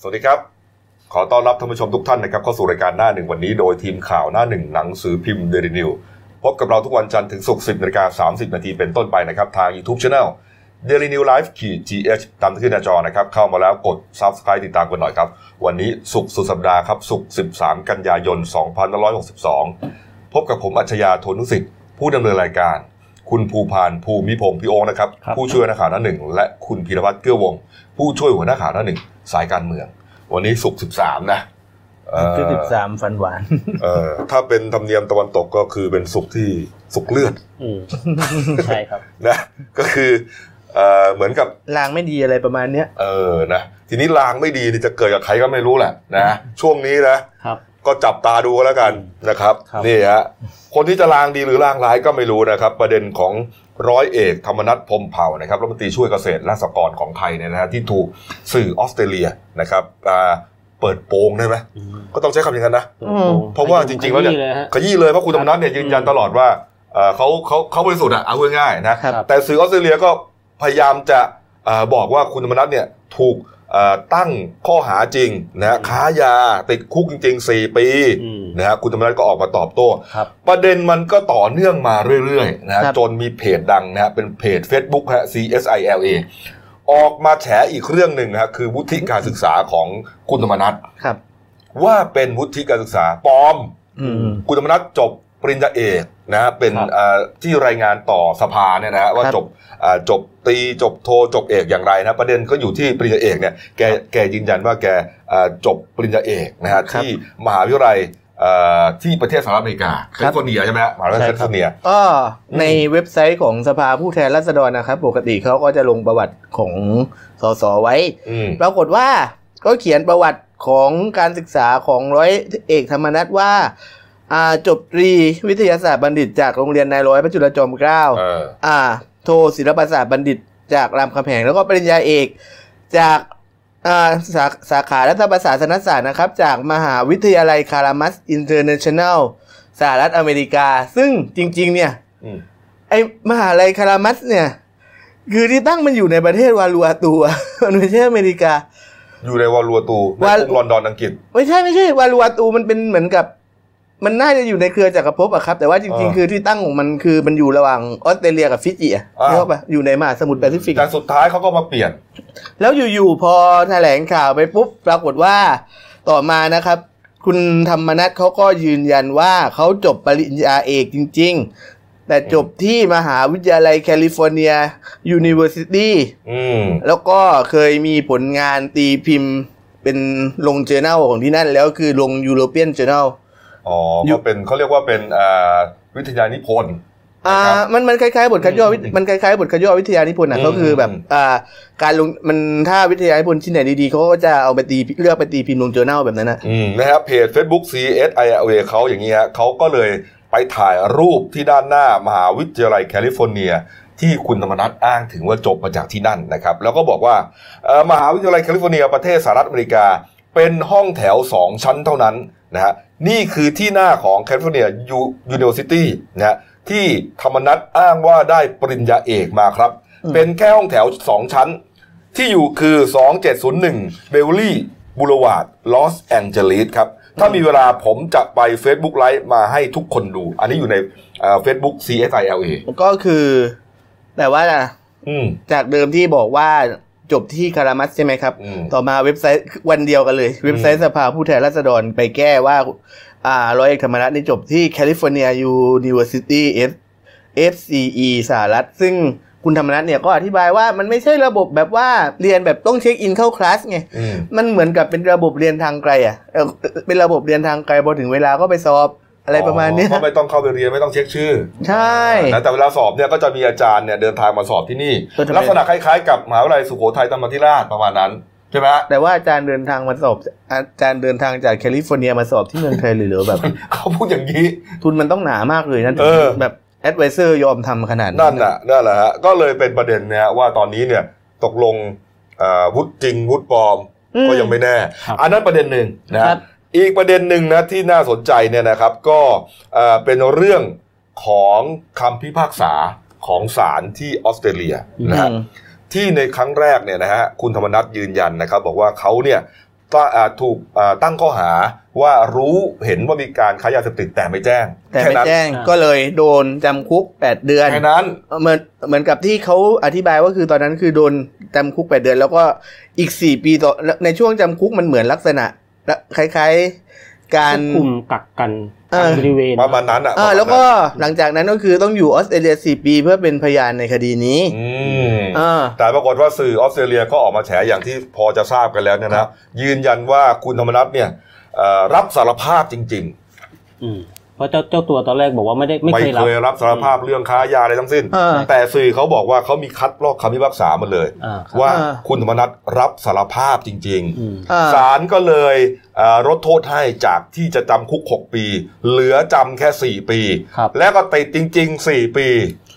สวัสดีครับขอต้อนรับท่านผู้ชมทุกท่านนะครับเข้าสู่รายการหน้าหนึ่งวันนี้โดยทีมข่าวหน้าหนึ่งหนังสือพิมพ์ Daily News พบกับเราทุกวันจันทร์ถึงศุกร์ 10:30 น.เป็นต้นไปนะครับทาง YouTube Channel Daily News Live-GH ตามที่ขึ้นหน้าจอนะครับเข้ามาแล้วกด Subscribe ติดตามกันหน่อยครับวันนี้ศุกร์สุดสัปดาห์ครับศุกร์13 กันยายน 2562พบกับผมอัจฉริยะ โทนุสิทธิ์ผู้ดำเนินรายการคุณภูพานภูมิพงษ์พี่โอ๊คนะครับผู้ช่วยนักข่าวหน้าหนึ่งและคุณพีรพัฒน์เกื้อวงผู้ช่วยหัวหน้าข่าวหน้าหนึ่งสายการเมืองวันนี้ศุกร์13นะคือ13ฟันหวานถ้าเป็นธรรมเนียมตะวันตกก็คือเป็นศุกร์ที่ศุกร์เลือดใช่ครับนะก็คือเหมือนกับลางไม่ดีอะไรประมาณเนี้ยนะทีนี้ลางไม่ดีนี่จะเกิดกับใครก็ไม่รู้แหละนะช่วงนี้นะครับก็จับตาดูแล้วกันนะครับนี่ฮะคนที่จะลางดีหรือลางร้ายก็ไม่รู้นะครับประเด็นของร้อยเอกธรรมนัสพรหมเผ่านะครับรัฐมนตรีช่วยเกษตรและสหกรณ์ของไทยเนี่ยนะฮะที่ถูกสื่อออสเตรเลียนะครับเปิดโปงได้ไหมก็ต้องใช้คำอย่างนั้นนะเพราะว่าจริงๆแล้วเนี่ยขยี้เลยเพราะคุณธรรมนัสเนี่ยยืนยันตลอดว่าเขาบริสุทธิ์เอาง่ายๆนะแต่สื่อออสเตรเลียก็พยายามจะบอกว่าคุณธรรมนัสเนี่ยถูกตั้งข้อหาจริงนะค้ายาติดคุกจริงๆ4 ปีนะฮะคุณธรรมนัสก็ออกมาตอบโต้ประเด็นมันก็ต่อเนื่องมาเรื่อยๆนะจนมีเพจดังนะเป็นเพจ Facebook ฮะ CSILA ออกมาแฉอีกเรื่องหนึ่งนะคือวุฒิการศึกษาของคุณธรรมนัสว่าเป็นวุฒิการศึกษาปลอมคุณธรรมนัสจบปริญญาเอกนะเป็นที่รายงานต่อสภาเนี่ยนะว่าจบตรีจบโทจบเอกอย่างไรนะประเด็นก็อยู่ที่ปริญญาเอกเนี่ยแกยืนยันว่าแกจบปริญญาเอกนะฮะที่มหาวิทยาลัยที่ประเทศสหรัฐอเมริกาแคลิฟอร์เนียใช่ไหมมหาวิทยาลัยแคลิฟอร์เนียในเว็บไซต์ของสภาผู้แทนราษฎรนะครับปกติเขาก็จะลงประวัติของสสไว้ปรากฏว่าก็เขียนประวัติของการศึกษาของร้อยเอกธรรมนัสว่าจบตรีวิทยาศาสตร์บัณฑิตจากโรงเรียนนายร้อยพระจุลจอมเกล้าโทศิลปศาสตร์บัณฑิตจากรามคำแหงแล้วก็ปริญญาเอกจากสาขารัฐประศาสนศาสตร์นะครับจากมหาวิทยาลัยคารามัสอินเตอร์เนชั่นแนลสหรัฐอเมริกาซึ่งจริงๆเนี่ยไอมหาลัยคารามัสเนี่ยคือที่ตั้งมันอยู่ในประเทศวาลูอาตูมันไม่ใช่อเมริกาอยู่ในวาลูอาตูในกรุงลอนดอนอังกฤษไม่ใช่วาลูอาตูมันเป็นเหมือนกับมันน่าจะอยู่ในเครือจักรภพอะครับแต่ว่าจริงๆคือที่ตั้งของมันคือมันอยู่ระหว่างออสเตรเลียกับฟิจิอ่ะเข้าป่ะอยู่ในมหาสมุทรแปซิฟิกแต่สุดท้ายเขาก็มาเปลี่ยนแล้วอยู่ๆพอแถลงข่าวไปปุ๊บปรากฏว่าต่อมานะครับคุณธรรมนัสเขาก็ยืนยันว่าเขาจบปริญญาเอกจริงๆแต่จบที่มหาวิทยาลัยแคลิฟอร์เนียยูนิเวอร์ซิตี้แล้วก็เคยมีผลงานตีพิมพ์เป็นลง journal ของที่นั่นแล้วคือลง European Journal ก็เป็นเขาเรียกว่าเป็นวิทยานิพนธ์มันคล้ายๆบทคัดย่อมันคล้ายๆบทคัดย่อวิทยานิพนธ์ก็คือแบบการลงมันถ้าวิทยานิพนธ์ที่ไหนดีๆเขาก็จะเอาไปเลือกไปตีพิมพ์ลง journal แบบนั้นนะครับเพจ Facebook CSILA เขาอย่างนี้ฮะเขาก็เลยไปถ่ายรูปที่ด้านหน้ามหาวิทยาลัยแคลิฟอร์เนียที่คุณธรรมนัสอ้างถึงว่าจบมาจากที่นั่นนะครับแล้วก็บอกว่ามหาวิทยาลัยแคลิฟอร์เนียประเทศสหรัฐอเมริกาเป็นห้องแถว2 ชั้นเท่านั้นนะฮะนี่คือที่หน้าของแคลิฟอร์เนียยูนิเวอร์ซิตี้นะฮะที่ธรรมนัสอ้างว่าได้ปริญญาเอกมาครับเป็นแค่ห้องแถว2 ชั้นที่อยู่คือ2701เบลลี่บูเลวาร์ดลอสแองเจลิสครับถ้ามีเวลาผมจะไป Facebook Live มาให้ทุกคนดูอันนี้อยู่ในFacebook CSILA ก็คือแต่ว่าจากเดิมที่บอกว่าจบที่คารามัสใช่ไหมครับต่อมาเว็บไซต์วันเดียวกันเลยเว็บไซต์สภาผู้แทนราษฎรไปแก้ว่าร้อยเอกธรรมนัสนี่จบที่แคลิฟอร์เนียยูนิเวอร์ซิตี้FCE สหรัฐซึ่งคุณธรรมนัสเนี่ยก็อธิบายว่ามันไม่ใช่ระบบแบบว่าเรียนแบบต้องเช็คอินเข้าคลาสไงมันเหมือนกับเป็นระบบเรียนทางไกลเป็นระบบเรียนทางไกลพอถึงเวลาก็ไปสอบอะไรประมาณนี้ก็ไม่ต้องเข้าไปเรียนไม่ต้องเช็คชื่อใช่แต่เวลาสอบเนี่ยก็จะมีอาจารย์เนี่ยเดินทางมาสอบที่นี่ลักษณะคล้ายๆกับมหาวิทยาลัยสุโขทัยธรรมาธิราชประมาณนั้นใช่ไหมแต่ว่าอาจารย์เดินทางมาสอบอาจารย์เดินทางจากแคลิฟอร์เนียมาสอบที่เมืองไทยหรือแบบเขาพูดอย่างนี้ทุนมันต้องหนามากเลยนะแบบแอดไวเซอร์ยอมทำขนาดนั่นแหละฮะก็เลยเป็นประเด็นเนี่ยว่าตอนนี้เนี่ยตกลงวุฒิจริงวุฒิปลอมก็ยังไม่แน่อันนั้นประเด็นหนึ่งนะครับอีกประเด็นหนึ่งนะที่น่าสนใจเนี่ยนะครับก็เป็นเรื่องของคำพิพากษาของศาลที่ออสเตรเลียนะฮะที่ในครั้งแรกเนี่ยนะฮะคุณธรรมนัสยืนยันนะครับบอกว่าเขาเนี่ยถูกตั้งข้อหาว่ารู้เห็นว่ามีการค้ายาเสพติดแต่ไม่แจ้งก็เลยโดนจำคุก8 เดือนแค่นั้นเหมือนกับที่เขาอธิบายว่าคือตอนนั้นคือโดนจำคุก8 เดือนแล้วก็อีก4 ปีต่อในช่วงจำคุกมันเหมือนลักษณะคล้ายๆการควบคุมกักกันบริเวณประมาณนั้นแล้วก็หลังจากนั้นก็คือต้องอยู่ออสเตรเลีย4 ปีเพื่อเป็นพยานในคดีนี้แต่ปรากฏว่าสื่อออสเตรเลียก็ออกมาแฉอย่างที่พอจะทราบกันแล้วเนี่ยนะยืนยันว่าคุณธรรมนัสเนี่ยรับสารภาพจริงเพราะเจ้าตัวตอนแรกบอกว่าไม่เคยรับสารภาพเรื่องค้ายาอะไรทั้งสิ้นแต่สื่อเขาบอกว่าเขามีคัดลอกคำพิพากษามาเลยว่าคุณธรรมนัสรับสารภาพจริงๆศาลก็เลยลดโทษให้จากที่จะจำคุก6 ปีเหลือจำแค่4 ปีแล้วก็ติดจริงๆ4 ปี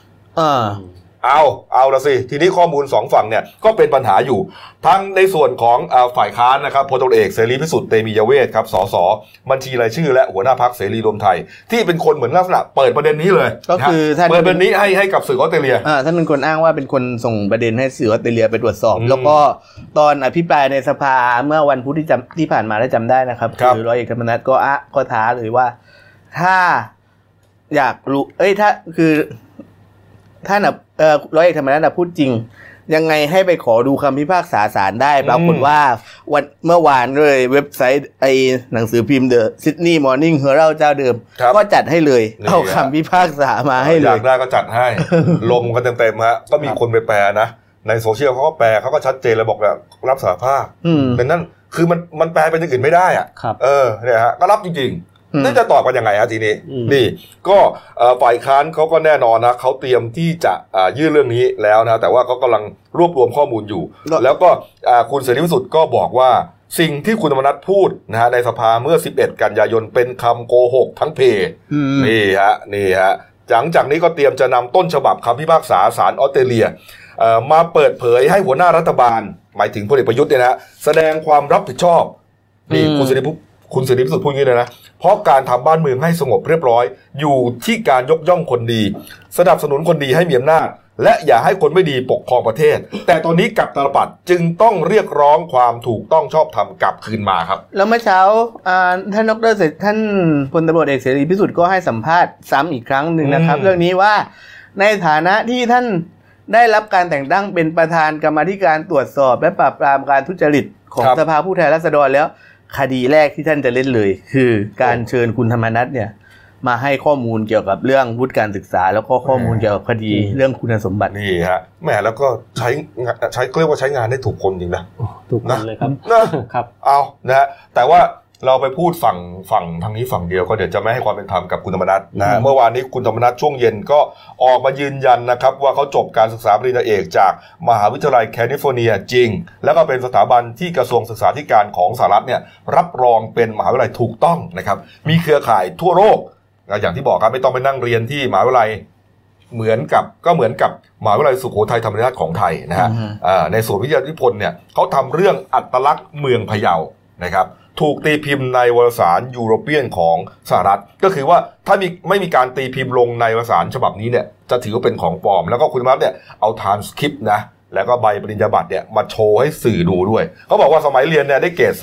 เอาละสิทีนี้ข้อมูล2 ฝั่งเนี่ยก็เป็นปัญหาอยู่ทั้งในส่วนของฝ่ายค้านนะครับพลตำรวจเอกเสรีพิสุทธิ์เตมียเวทครับสสบัญชีรายชื่อและหัวหน้าพรรคเสรีรวมไทยที่เป็นคนเหมือนลักษณะเปิดประเด็นนี้เลยก็คือเปิดประเด็นนี้ให้กับสื่อออสเตรเลียท่านเป็นคนอ้างว่าเป็นคนส่งประเด็นให้สื่อออสเตรเลียไปตรวจสอบแล้วก็ตอนอภิปรายในสภาเมื่อวันพุธที่ผ่านมาได้จำได้นะครับคือร้อยเอกธรรมนัสก็ท้าเลยว่าถ้าอยากรู้ถ้าคือท่านร้อยเอกธรรมนัสพูดจริงยังไงให้ไปขอดูคำพิพากษาศาลได้ปรากฏว่าเมื่อวานเลยเว็บไซต์หนังสือพิมพ์ The Sydney Morning Herald เจ้าเดิมก็จัดให้เลยเอาคำพิพากษามาให้เลยอยากได้ก็จัดให้ลงกันเต็มๆฮะก็มีคนไปแปลนะในโซเชียลเขาก็แปลเขาก็ชัดเจนเลยบอกว่ารับสารภาพเป็นนั่นคือมันแปลเป็นอย่างอื่นไม่ได้อ่ะเนี่ยฮะก็รับจริงๆนี่จะตอบกันยังไงฮะทีนี้นี่ก็ฝ่ายค้านเขาก็แน่นอนนะเขาเตรียมที่จะยื่นเรื่องนี้แล้วนะแต่ว่าเขากำลังรวบรวมข้อมูลอยู่แล้วก็คุณเสรีพิสุทธิ์ก็บอกว่าสิ่งที่คุณธรรมนัสพูดนะฮะในสภาเมื่อ11 กันยายนเป็นคำโกหกทั้งเพนี่ฮะหลังจากนี้ก็เตรียมจะนำต้นฉบับคำพิพากษาศาลออสเตรเลียมาเปิดเผยให้หัวหน้ารัฐบาลหมายถึงพลเอกประยุทธ์เนี่ยนะแสดงความรับผิดชอบนี่คุณเสรีพิสุทธิ์พูดอย่างนี้เลยนะเพราะการทำบ้านเมืองให้สงบเรียบร้อยอยู่ที่การยกย่องคนดีสนับสนุนคนดีให้มีอำนาจและอย่าให้คนไม่ดีปกครองประเทศแต่ตอนนี้กลับตาลปัดจึงต้องเรียกร้องความถูกต้องชอบธรรมกลับคืนมาครับแล้วเมื่อเช้าท่านดร.ท่านพลตำรวจเอกเสรีพิสุทธิ์ก็ให้สัมภาษณ์ซ้ำอีกครั้งหนึ่งนะครับเรื่องนี้ว่าในฐานะที่ท่านได้รับการแต่งตั้งเป็นประธานกรรมาธิการตรวจสอบและปราบปรามการทุจริตของสภาผู้แทนราษฎรแล้วคดีแรกที่ท่านจะเล่นเลยคือการเชิญคุณธรรมนัสเนี่ยมาให้ข้อมูลเกี่ยวกับเรื่องวุฒิการศึกษาแล้วก็ข้อมูลเกี่ยวกับคดีเรื่องคุณสมบัตินี่ฮะแหมแล้วก็ใช้เรียกว่าใช้งานได้ถูกคนจริงนะถูกคนเลยครับนะครับเอานะฮะแต่ว่าเราไปพูดฝั่งทางนี้ฝั่งเดียวก็เดี๋ยวจะไม่ให้ความเป็นธรรมกับคุณธรรมนัสนะเมื่อวานนี้คุณธรรมนัสช่วงเย็นก็ออกมายืนยันนะครับว่าเขาจบการศึกษาปริญญาเอกจากมหาวิทยาลัยแคลิฟอร์เนียจริงแล้วก็เป็นสถาบันที่กระทรวงศึกษาธิการของสหรัฐเนี่ยรับรองเป็นมหาวิทยาลัยถูกต้องนะครับมีเครือข่ายทั่วโลกอย่างที่บอกครับไม่ต้องไปนั่งเรียนที่มหาวิทยาลัยเหมือนกับมหาวิทยาลัยสุโขทัยธรรมราชของไทยนะฮะในส่วนวิทยานิพนธ์เนี่ยเขาทำเรื่องอัตลักษณ์เมืองพะเยานะครับถูกตีพิมพ์ในวารสารยูโรเปียนของสหรัฐก็คือว่าถ้าไม่มีการตีพิมพ์ลงในวารสารฉบับนี้เนี่ยจะถือว่าเป็นของปลอมแล้วก็คุณธรรมนัสเนี่ยเอาทรานสคริปต์นะแล้วก็ใบปริญญาบัตรเนี่ยมาโชว์ให้สื่อดูด้วยเขาบอกว่าสมัยเรียนเนี่ยได้เกรด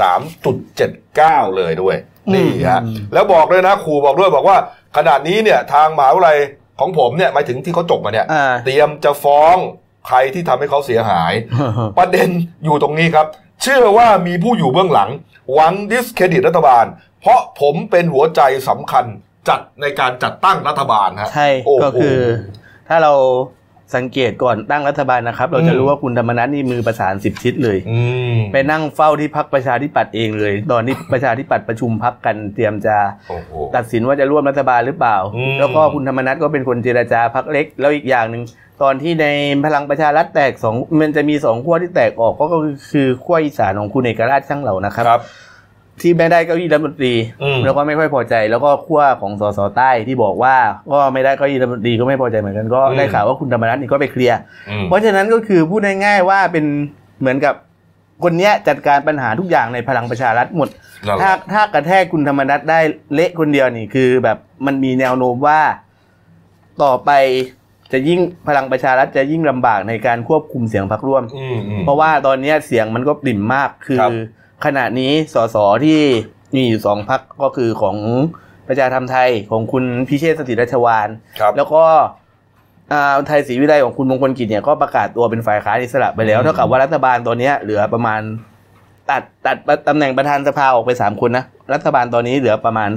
3.79 เลยด้วยนี่ฮะแล้วบอกเลยนะครูบอกด้วยบอกว่าขณะนี้เนี่ยทางมหาวิทยาลัยของผมเนี่ยหมายถึงที่เขาจบมาเนี่ยเตรียมจะฟ้องใครที่ทำให้เขาเสียหายประเด็นอยู่ตรงนี้ครับเชื่อว่ามีผู้อยู่เบื้องหลังหวังดิสเครดิตรัฐบาลเพราะผมเป็นหัวใจสำคัญในการจัดตั้งรัฐบาลฮะใช่ก็คือถ้าเราสังเกตก่อนตั้งรัฐบาลนะครับเราจะรู้ว่าคุณธรรมนัสนี่มือประสาน10 ทิศเลยไปนั่งเฝ้าที่พรรคประชาธิปัตย์เองเลยตอนนี้ประชาธิปัตย์ประชุมพรรคกันเตรียมจะตัดสินว่าจะร่วมรัฐบาลหรือเปล่าแล้วก็คุณธรรมนัสก็เป็นคนเจรจาพรรคเล็กแล้วอีกอย่างนึงตอนที่ในพลังประชารัฐแตกมันจะมี2ขั้วที่แตกออกก็คือขั้วอีสานของคุณเอกราชช่างเหล่านะครับที่ไม่ได้เก้าอี้รัฐมนตรีแล้วก็ไม่ค่อยพอใจแล้วก็ขั้วของสสใต้ที่บอกว่าก็ไม่ได้เก้าอี้รัฐมนตรีก็ไม่พอใจเหมือนกันก็ได้ข่าวว่าคุณธรรมนัสนี่ก็ไปเคลียร์เพราะฉะนั้นก็คือพูดง่ายๆว่าเป็นเหมือนกับคนนี้จัดการปัญหาทุกอย่างในพลังประชารัฐหมดถ้ากระแทกคุณธรรมนัสได้เละคนเดียวนี่คือแบบมันมีแนวโน้มว่าต่อไปจะยิ่งพลังประชารัฐจะยิ่งลำบากในการควบคุมเสียงพรรคร่วมเพราะว่าตอนนี้เสียงมันก็ปริ่มมากคือขณะนี้สสที่มีอยู่2 พรรคก็คือของประชาธรรมไทยของคุณพิเชษฐ์สถิตรัชวาลแล้วก็ไทยศรีวิไลของคุณมงคลกิจเนี่ยก็ประกาศตัวเป็นฝ่ายค้านอิสระไปแล้วเท่ากับว่ารัฐบาลตอนนี้เหลือประมาณตัดตำแหน่งประธานสภาออกไป3 คนนะรัฐบาลตอนนี้เหลือประมาณ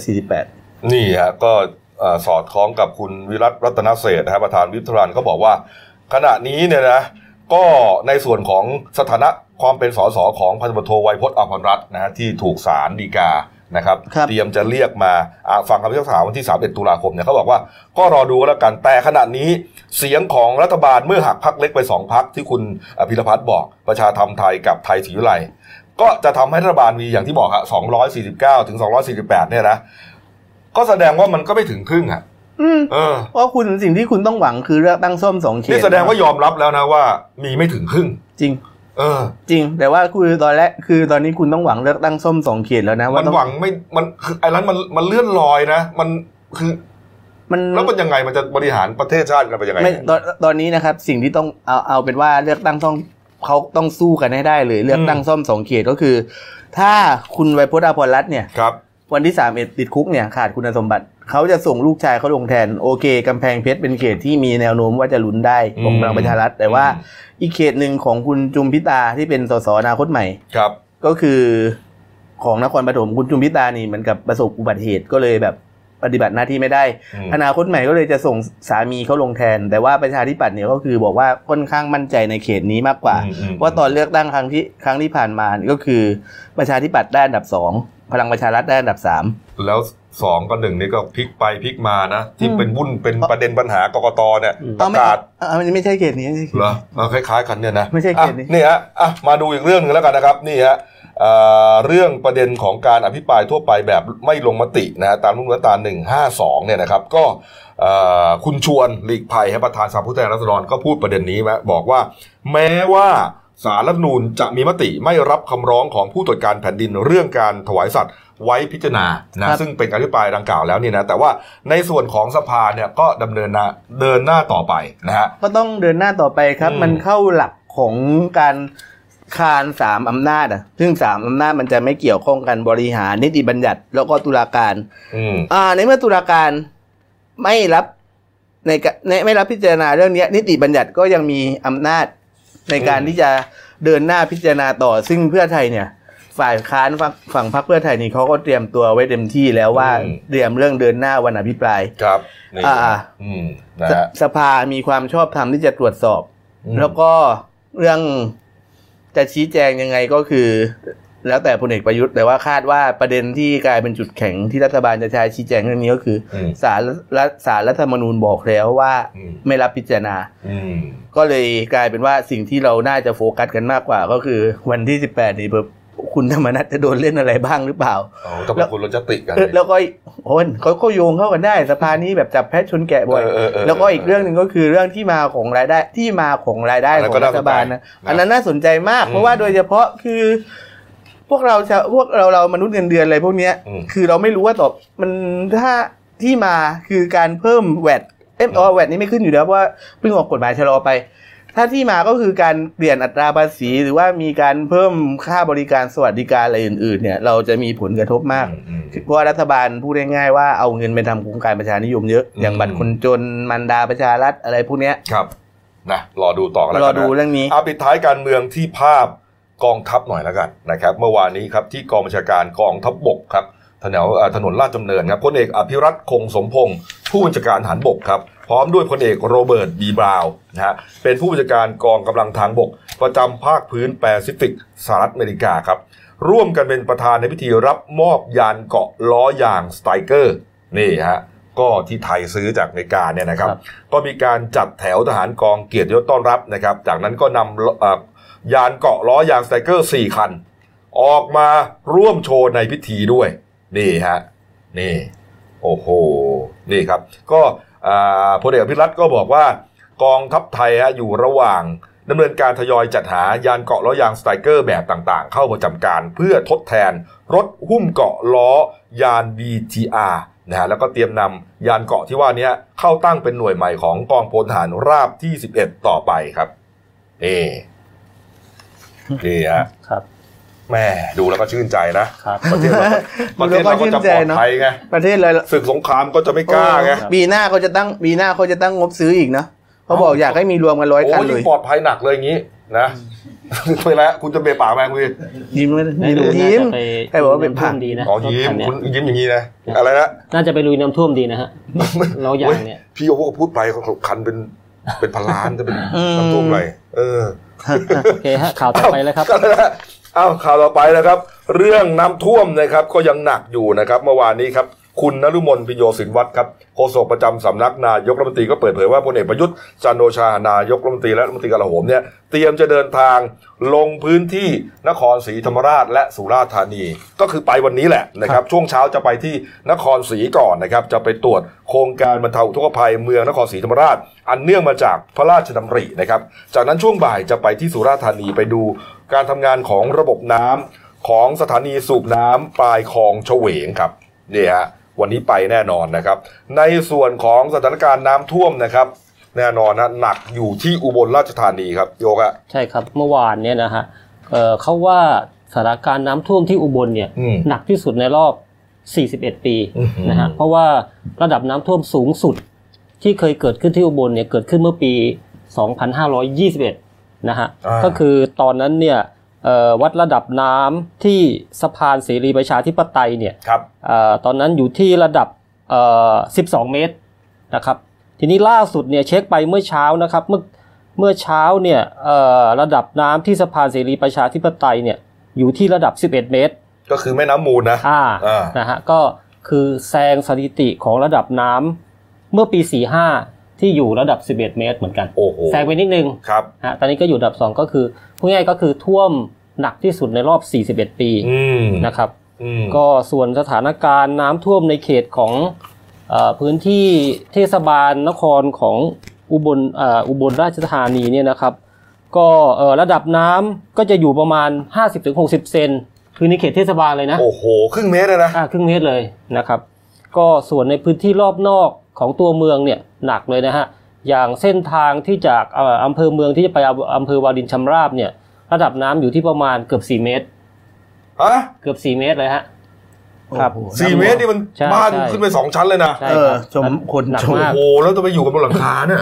248 นี่ฮะก็สอดคล้องกับคุณวิรัตรัตนเศรษฐ์นะครับประธานวิปรัฐเขาบอกว่าขณะนี้เนี่ยนะก็ในส่วนของสถานะความเป็นสสของพันตำรวจโทไวยพจน์อภรรัตน์นะฮะที่ถูกศาลฎีกานะครับเตรียมจะเรียกมาฟังคำพิพากษาวันที่31 ตุลาคมเนี่ยเขาบอกว่าก็รอดูแล้วกันแต่ขณะนี้เสียงของรัฐบาลเมื่อหักพรรคเล็กไป2 พรรคที่คุณพิรพัฒน์บอกประชาธรรมไทยกับไทยศรีวิไลก็จะทำให้รัฐบาลมีอย่างที่บอกฮะ249 ถึง 248เนี่ยนะก็แสดงว่ามันก็ไม่ถึงครึ่งอ่ะเพราะคุณสิ่งที่คุณต้องหวังคือเลือกตั้งส้ม2 เขตนี่แสดงว่ายอมรับแล้วนะว่ามีไม่ถึงครึ่งจริงจริงแต่ว่าคือตอนนี้คุณต้องหวังเลือกตั้งส้ม2 เขตแล้วนะว่ามันหวังไม่มันคือไอ้นั้นมันเลื่อนลอยนะมันคือมันแล้วมันยังไงมันจะบริหารประเทศชาติกันไปยังไงตอนนี้นะครับสิ่งที่ต้องเอาเป็นว่าเลือกตั้งต้องเขาต้องสู้กันให้ได้เลยเลือกตั้งส้ม2 เขตก็คือถ้าคุณไวยพจน์อภรรัตน์เนี่ยวันที่31ติดคุกเนี่ยขาดคุณสมบัติเขาจะส่งลูกชายเขาลงแทนโอเคกำแพงเพชรเป็นเขตที่มีแนวโน้มว่าจะลุ้นได้ของพลังประชารัฐแต่ว่าอีกเขตหนึ่งของคุณจุมพิตาที่เป็นสสอนาคตใหม่ก็คือของนครปฐมคุณจุมพิตานี่เหมือนกับประสบอุบัติเหตุก็เลยแบบปฏิบัติหน้าที่ไม่ได้อนาคตใหม่ก็เลยจะส่งสามีเขาลงแทนแต่ว่าประชาธิปัตย์เนี่ยก็คือบอกว่าค่อนข้างมั่นใจในเขตนี้มากกว่าเพราะตอนเลือกตั้งครั้งที่ผ่านมาก็คือประชาธิปัตย์ได้อันดับ2พลังประชารัฐได้อันดับ3 แล้ว2 กับ 1นี่ก็พลิกไปพลิกมานะที่เป็นวุ่นเป็นประเด็นปัญหากกตเนี่ยประกาศมันไม่ใช่เขตนี้เหรอคล้ายๆกันเนี่ยนะไม่ใช่เขตนี้นี่ฮะมาดูอีกเรื่องนึงแล้วกันนะครับนี่ฮะเรื่องประเด็นของการอภิปรายทั่วไปแบบไม่ลงมตินะตามรัฐธรรมนูญมาตรา152เนี่ยนะครับก็คุณชวนหลีกภัยประธานสภาผู้แทนราษฎรก็พูดประเด็นนี้บอกว่าแม้ว่าศาลรัฐธรรมนูญจะมีมติไม่รับคำร้องของผู้ตรวจการแผ่นดินเรื่องการถวายสัตว์ไว้พิจารณานะซึ่งเป็นการอภิปรายดังกล่าวแล้วนี่นะแต่ว่าในส่วนของสภาเนี่ยก็ดำเนินเดินหน้าต่อไปนะฮะก็ต้องเดินหน้าต่อไปครับมันเข้าหลักของการคาน3 อำนาจซึ่ง3 อำนาจมันจะไม่เกี่ยวข้องกันบริหารนิติบัญญัติแล้วก็ตุลาการในเมื่อตุลาการไม่รับไม่รับพิจารณาเรื่องนี้นิติบัญญัติก็ยังมีอำนาจในการที่จะเดินหน้าพิจารณาต่อซึ่งเพื่อไทยเนี่ยฝ่ายค้านฝั่งพรรคเพื่อไทยนี่เขาก็เตรียมตัวไว้เต็มที่แล้วว่าเตรียมเรื่องเดินหน้าวันอภิปรายครับสภามีความชอบธรรมที่จะตรวจสอบแล้วก็เรื่องจะชี้แจงยังไงก็คือแล้วแต่พลเอกประยุทธ์แต่ว่าคาดว่าประเด็นที่กลายเป็นจุดแข็งที่รัฐบาลจะใช้ชี้แจงเรื่องนี้ก็คือศาลรัฐธรรมนูญบอกแล้วว่าไม่รับพิจารณาก็เลยกลายเป็นว่าสิ่งที่เราน่าจะโฟกัสกันมากกว่าก็คือวันที่18นี่คุณธรรมนัสจะโดนเล่นอะไรบ้างหรือเปล่าแล้วคุณเราจะติกันแล้วก็เขาโยงเข้ากันได้สภานี้แบบจับแพะชนแกะบ่อยแล้วก็อีกเรื่องนึงก็คือเรื่องที่มาของรายได้ของรัฐบาลนะอันนั้นน่าสนใจมากเพราะว่าโดยเฉพาะคือพวกเรามนุษย์เงินเดือนอะไรพวกนี้คือเราไม่รู้ว่ามันถ้าที่มาคือการเพิ่มแวตแวตนี้ไม่ขึ้นอยู่แล้วเพราะว่าเพิ่งออกกฎหมายชะลอไปถ้าที่มาก็คือการเปลี่ยนอัตราภาษีหรือว่ามีการเพิ่มค่าบริการสวัสดิการอะไรอื่นๆเนี่ยเราจะมีผลกระทบมากเพราะรัฐบาลพูดง่ายๆว่าเอาเงินไปทำโครงการประชานิยมเยอะอย่างบัตรคนจนมันดาประชารัฐอะไรพวกนี้ครับนะรอดูต่อกันแล้วกันรอดูเรื่องนี้ปิดท้ายการเมืองที่ภาพกองทัพหน่อยแล้วกันนะครับเมื่อวานนี้ครับที่กองบัญชาการกองทัพบกครับถนนลาดดำเนินครับพลเอกอภิรัตคงสมพงศ์ผู้บัญชาการทหารบกครับพร้อมด้วยพลเอกโรเบิร์ตบีบราวน์นะฮะเป็นผู้บัญชาการกองกำลังทางบกประจำภาคพื้นแปซิฟิกสหรัฐอเมริกาครับร่วมกันเป็นประธานในพิธีรับมอบยานเกาะล้อยางสไตรเกอร์นี่ฮะก็ที่ไทยซื้อจากอเมริกาเนี่ยนะครับก็มีการจัดแถวทหารกองเกียรติยศต้อนรับนะครับจากนั้นก็นำยานเกาะล้อยางสไตรเกอร์4 คันออกมาร่วมโชว์ในพิธีด้วยนี่ฮะนี่โอ้โหนี่ครับก็พลเอกอภิรัตน์ก็บอกว่ากองทัพไทยอยู่ระหว่างดำเนินการทยอยจัดหายานเกาะล้อยางสไตรเกอร์แบบต่างๆเข้าประจำการเพื่อทดแทนรถหุ้มเกาะล้อยาน BTR นะฮะแล้วก็เตรียมนำยานเกาะที่ว่านี้เข้าตั้งเป็นหน่วยใหม่ของกองพลทหารราบที่11ต่อไปครับนี่ฮะครับแม่ดูแล้วก็ชื่นใจนะครับประเทศเราก็จะปลอดภัยไงประเทศเลยศึกสงครามก็จะไม่กล้าไงปีหน้าเขาจะตั้งงบซื้ออีกนะเขาบอกอยากให้มีรวมกัน100 คันเลยปลอดภัยหนักเลยอย่างนี้นะไปแล้วคุณจะเบะปากแมงวียิ้มใครบอกว่าเป็นผ่านดีนะยิ้มคุณยิ้มอย่างนี้นะอะไรนะน่าจะไปลุยน้ำท่วมดีนะฮะเราอย่างเนี่ยพี่โอ้พูดไปคันเป็นพันล้านจะเป็นน้ำท่วมอะไรโอเคฮะข่าวต่อไปแล้วครับข่าวต่อไปนะครับเรื่องน้ำท่วมนะครับก็ยังหนักอยู่นะครับเมื่อวานนี้ครับคุณนฤมล พิญโยสินวัฒน์ครับโฆษกประจำสำนักนายกรัฐมนตรีก็เปิดเผยว่าพลเอกประยุทธ์จันทร์โอชานายกรัฐมนตรีและรัฐมนตรีกลาโหมเนี่ยเตรียมจะเดินทางลงพื้นที่นครศรีธรรมราชและสุราษฎร์ธานีก็คือไปวันนี้แหละนะครับช่วงเช้าจะไปที่นครศรีก่อนนะครับจะไปตรวจโครงการบรรเทาอุทกภัยเมืองนครศรีธรรมราชอันเนื่องมาจากพระราชดำรินะครับจากนั้นช่วงบ่ายจะไปที่สุราษฎร์ธานีไปดูการทำงานของระบบน้ำของสถานีสูบน้ำปลายคลองเฉวงครับเนี่ยฮะวันนี้ไปแน่นอนนะครับในส่วนของสถานการณ์น้ำท่วมนะครับแน่นอนนะหนักอยู่ที่อุบลราชธานีครับโยกะใช่ครับเมื่อวานเนี่ยนะฮะเขาว่าสถานการณ์น้ำท่วมที่อุบลเนี่ยหนักที่สุดในรอบ41 ปีนะฮะเพราะว่าระดับน้ำท่วมสูงสุดที่เคยเกิดขึ้นที่อุบลเนี่ยเกิดขึ้นเมื่อปี2521นะฮะก็คือตอนนั้นเนี่ยวัดระดับน้ำที่สะพานเสรีประชาธิปไตยเนี่ยตอนนั้นอยู่ที่ระดับ12 เมตรนะครับทีนี้ล่าสุดเนี่ยเช็คไปเมื่อเช้านะครับเมื่อเช้าเนี่ยระดับน้ำที่สะพานเสรีประชาธิปไตยเนี่ยอยู่ที่ระดับ11 เมตรก็คือแม่น้ำมูลนะนะฮะก็คือแซงสถิติของระดับน้ำเมื่อปี45ที่อยู่ระดับ11 เมตรเหมือนกันแซงไปนิดนึงครับตอนนี้ก็อยู่ระดับ2ก็คือพูดง่ายก็คือท่วมหนักที่สุดในรอบ41 ปีนะครับก็ส่วนสถานการณ์น้ำท่วมในเขตของพื้นที่เทศบาลนครของอุบลราชธานีเนี่ยนะครับก็ระดับน้ำก็จะอยู่ประมาณ 50-60 เซนคือในเขตเทศบาลเลยนะโอ้โหครึ่งเมตรเลยนะครึ่งเมตรเลยนะครับก็ส่วนในพื้นที่รอบนอกของตัวเมืองเนี่ยหนักเลยนะฮะอย่างเส้นทางที่จากอำเภอเมืองที่จะไปอำเภอวารินชำราบเนี่ยระดับน้ำอยู่ที่ประมาณเกือบ4 เมตรเกือบ4 เมตรเลยฮะครับ 4 เมตรนี่มันบ้านขึ้นไป2 ชั้นเลยนะชมคนหนักมากโอ้โหแล้วจะไปอยู่กันบนหลังคาเนี่ย